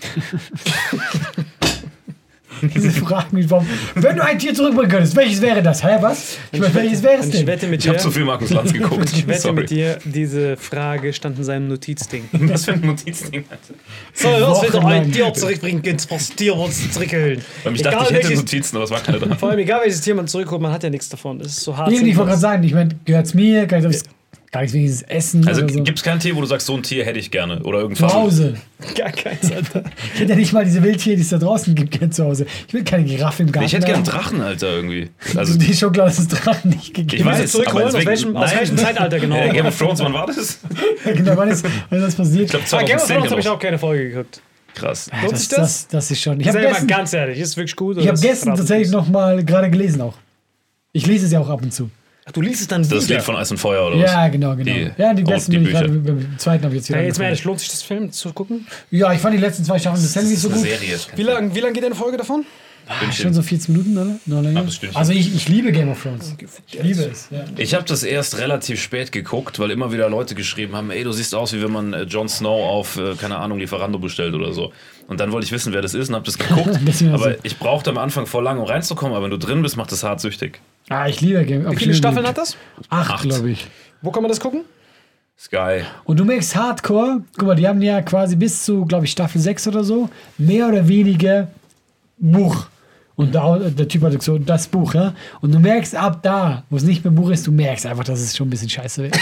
Speaker 5: Diese Fragen, warum. Wenn du ein Tier zurückbringen könntest, welches wäre das? Hä, was? Ich meine, welches wäre es
Speaker 2: und ich
Speaker 5: denn?
Speaker 2: wette mit
Speaker 3: Ich habe
Speaker 2: dir,
Speaker 3: zu viel Markus Lanz geguckt.
Speaker 2: ich wette
Speaker 3: Sorry.
Speaker 2: mit dir, diese Frage stand in seinem Notizding.
Speaker 3: Was für ein Notizding, Alter.
Speaker 2: So, was will doch ein
Speaker 5: Wochenlang.
Speaker 2: Tier zurückbringen, was Tier uns zurückholen.
Speaker 3: Ich dachte, ich hätte
Speaker 2: welches,
Speaker 3: Notizen, aber es war keine da.
Speaker 2: vor allem egal welches Tier man zurückholt, man hat ja nichts davon. Das ist so hart.
Speaker 5: Ich wollte gerade sagen, ich meine, gehört es mir? Kann ich Gar nichts wenigstens Essen
Speaker 3: Also
Speaker 5: oder so.
Speaker 3: gibt es kein Tier, wo du sagst, so ein Tier hätte ich gerne? Oder
Speaker 5: Zu
Speaker 3: irgendwas?
Speaker 5: Hause.
Speaker 2: Gar keins, Alter.
Speaker 5: Ich hätte ja nicht mal diese Wildtiere, die es da draußen gibt, gerne zu Hause. Ich will keine Giraffe im Garten.
Speaker 3: Ich hätte gerne einen
Speaker 5: haben.
Speaker 3: Drachen, Alter, irgendwie.
Speaker 5: Also,
Speaker 3: Also,
Speaker 5: die ist schon klar, dass es Drachen nicht gegeben
Speaker 3: ich weiß,
Speaker 2: zurückholen?
Speaker 3: aber deswegen-
Speaker 2: Aus welchem
Speaker 3: Nein.
Speaker 2: Zeitalter genau?
Speaker 3: Game of Thrones, wann war das?
Speaker 5: Ja, genau, wann ist das passiert?
Speaker 3: Ich glaube,
Speaker 2: Game of
Speaker 3: 2010
Speaker 2: Thrones habe ich
Speaker 3: genau.
Speaker 2: auch keine Folge geguckt.
Speaker 3: Krass.
Speaker 5: Ja,
Speaker 2: lohnt sich das?
Speaker 5: Das ist schon. Ich habe
Speaker 2: Sei mal
Speaker 5: gestern,
Speaker 2: ganz ehrlich, ist es wirklich gut?
Speaker 5: ich hab gestern tatsächlich noch mal gerade gelesen auch. Ich lese es ja auch ab und zu.
Speaker 2: Ach, du liest es dann
Speaker 3: Das
Speaker 2: wieder.
Speaker 3: Lied von Eis und Feuer, oder was?
Speaker 5: Ja, genau.
Speaker 3: Die-
Speaker 5: Ja, die
Speaker 3: und
Speaker 5: letzten
Speaker 3: die
Speaker 5: bin ich
Speaker 3: Bücher.
Speaker 5: gerade, beim zweiten habe ich jetzt wieder
Speaker 2: Hey, jetzt mal
Speaker 5: angefangen.
Speaker 2: ehrlich, lohnt sich das Film zu gucken?
Speaker 5: Ja, ich fand die letzten 2 Staffeln des Sandwich so
Speaker 3: Eine
Speaker 5: gut.
Speaker 3: Serie.
Speaker 2: Wie lang geht eine Folge davon?
Speaker 5: Schon so 14 Minuten, oder? Noch länger?
Speaker 3: das Stündchen.
Speaker 5: Also ich liebe Game of Thrones. Ich liebe es. Ja.
Speaker 3: Ich habe das erst relativ spät geguckt, weil immer wieder Leute geschrieben haben, ey, du siehst aus, wie wenn man Jon Snow auf, keine Ahnung, Lieferando bestellt oder so. Und dann wollte ich wissen, wer das ist und habe das geguckt.
Speaker 5: Deswegen
Speaker 3: Aber
Speaker 5: so.
Speaker 3: ich brauchte am Anfang voll lang, um reinzukommen, aber wenn du drin bist, macht das hart süchtig.
Speaker 5: Ich liebe Game of Thrones.
Speaker 2: Wie viele Staffeln hat das?
Speaker 5: 8, glaube ich.
Speaker 2: Wo kann man das gucken?
Speaker 3: Sky.
Speaker 5: Und du merkst Hardcore, guck mal, die haben ja quasi bis zu, glaube ich, Staffel 6 oder so, mehr oder weniger Buch. Und der Typ hat so das Buch, ja. Und du merkst ab da, wo es nicht mehr Buch ist, du merkst einfach, dass es schon ein bisschen scheiße wird.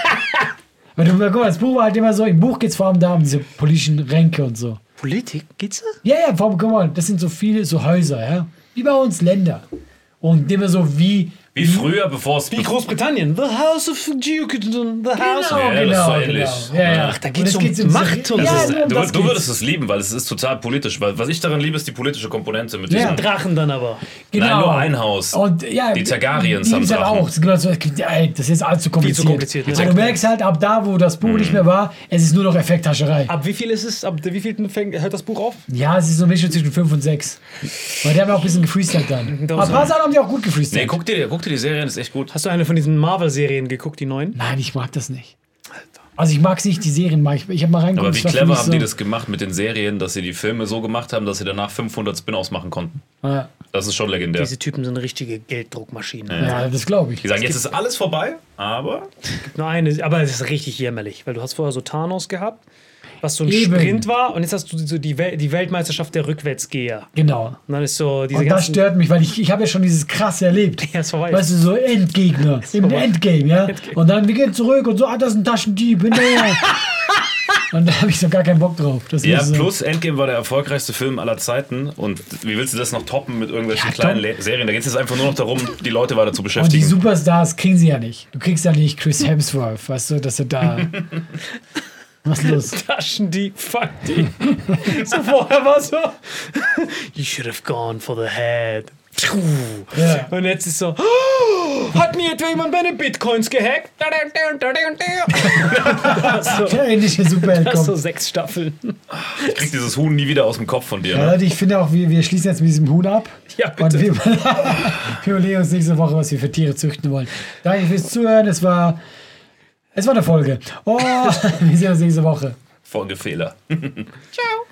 Speaker 5: Weil du, guck mal, das Buch war halt immer so, im Buch geht es vor allem da um diese politischen Ränke und so.
Speaker 2: Politik? Geht's da?
Speaker 5: Ja, ja, vor allem, guck mal, das sind so viele so Häuser, ja. Wie bei uns Länder. Und immer so wie.
Speaker 3: Wie früher, bevor es...
Speaker 2: Wie Großbritannien. The House of Duke. The House of...
Speaker 3: Ja, das ist so ähnlich.
Speaker 5: Ja, ja.
Speaker 2: Ach, da geht's
Speaker 5: Und
Speaker 2: um
Speaker 5: es geht
Speaker 2: Macht und
Speaker 5: ja,
Speaker 2: so.
Speaker 5: nur um das
Speaker 3: Du
Speaker 5: geht's.
Speaker 3: würdest es lieben, weil es ist total politisch. Weil, was ich daran liebe, ist die politische Komponente mit
Speaker 5: Ja.
Speaker 3: diesem...
Speaker 2: Drachen dann aber.
Speaker 5: Genau.
Speaker 3: Nein, nur ein Haus.
Speaker 5: Und, ja,
Speaker 3: Die Targaryens
Speaker 5: die
Speaker 3: haben
Speaker 5: gibt's halt
Speaker 3: Drachen.
Speaker 5: auch. Das ist genau so, das ist alles zu kompliziert.
Speaker 2: zu kompliziert, ne?
Speaker 5: Aber du merkst halt, ab da, wo das Buch nicht mehr war, es ist nur noch Effekthascherei.
Speaker 2: Ab wie viel ist es? Ab wie viel hört das Buch auf?
Speaker 5: Ja, es ist so ein Mischung zwischen 5 und 6. Weil die haben ja auch ein bisschen gefreestylt dann. Aber ein paar Sachen haben die auch gut gefreestylt.
Speaker 3: Nee, guck dir die Serie an, ist echt gut.
Speaker 2: Hast du eine von diesen Marvel-Serien geguckt, die neuen?
Speaker 5: Nein, ich mag das nicht. Also ich mag es nicht, die Serien mag ich. Ich habe mal reingeguckt.
Speaker 3: Aber wie
Speaker 5: es war für
Speaker 3: clever
Speaker 5: mich
Speaker 3: haben
Speaker 5: so,
Speaker 3: die das gemacht mit den Serien, dass sie die Filme so gemacht haben, dass sie danach 500 Spin-offs machen konnten.
Speaker 5: Ja,
Speaker 3: Das ist schon legendär.
Speaker 2: Diese Typen sind richtige Gelddruckmaschinen.
Speaker 5: ja, das glaube ich.
Speaker 3: Die sagen, jetzt ist alles vorbei, aber
Speaker 2: Nur eine, aber es ist richtig jämmerlich, weil du hast vorher so Thanos gehabt, was so ein
Speaker 5: Eben.
Speaker 2: Sprint war, und jetzt hast du so die Weltmeisterschaft der Rückwärtsgeher.
Speaker 5: Genau.
Speaker 2: Und dann ist so diese
Speaker 5: Und das
Speaker 2: ganzen...
Speaker 5: stört mich, weil ich habe ja schon dieses krasse erlebt.
Speaker 2: Ja, ist vorbei.
Speaker 5: Weißt du, so Endgegner im
Speaker 2: vorbei.
Speaker 5: Endgame, ja.
Speaker 2: Endgame.
Speaker 5: Und dann, wir gehen zurück und so, das ist ein Taschendieb, hinterher. Und da habe ich so gar keinen Bock drauf. Das
Speaker 3: ja,
Speaker 5: ist so.
Speaker 3: plus Endgame war der erfolgreichste Film aller Zeiten. Und wie willst du das noch toppen mit irgendwelchen
Speaker 5: Ja,
Speaker 3: kleinen
Speaker 5: komm.
Speaker 3: Serien? Da geht es jetzt einfach nur noch darum, die Leute weiter zu
Speaker 5: Und die
Speaker 3: beschäftigen.
Speaker 5: Superstars kriegen sie ja nicht. Du kriegst ja nicht Chris Hemsworth, weißt du, dass er da. Was ist los?
Speaker 2: Taschendieb, fuck die. So vorher war so, you should have gone for the head.
Speaker 5: Ja.
Speaker 2: Und jetzt ist so, oh, hat mir etwa jemand meine Bitcoins gehackt? so,
Speaker 5: Der ähnliche Superheld
Speaker 2: das so
Speaker 5: kommt.
Speaker 2: 6 Staffeln.
Speaker 3: Ich krieg dieses Huhn nie wieder aus dem Kopf von dir.
Speaker 5: Ja,
Speaker 3: Ne?
Speaker 5: Leute, ich finde auch, wir schließen jetzt mit diesem Huhn ab.
Speaker 2: Ja,
Speaker 5: Und
Speaker 2: bitte.
Speaker 5: wir überlegen uns nächste Woche, was wir für Tiere züchten wollen. Danke fürs Zuhören. Es war eine Folge. Oh, wir sehen uns nächste Woche.
Speaker 3: Folgefehler.
Speaker 2: Ciao.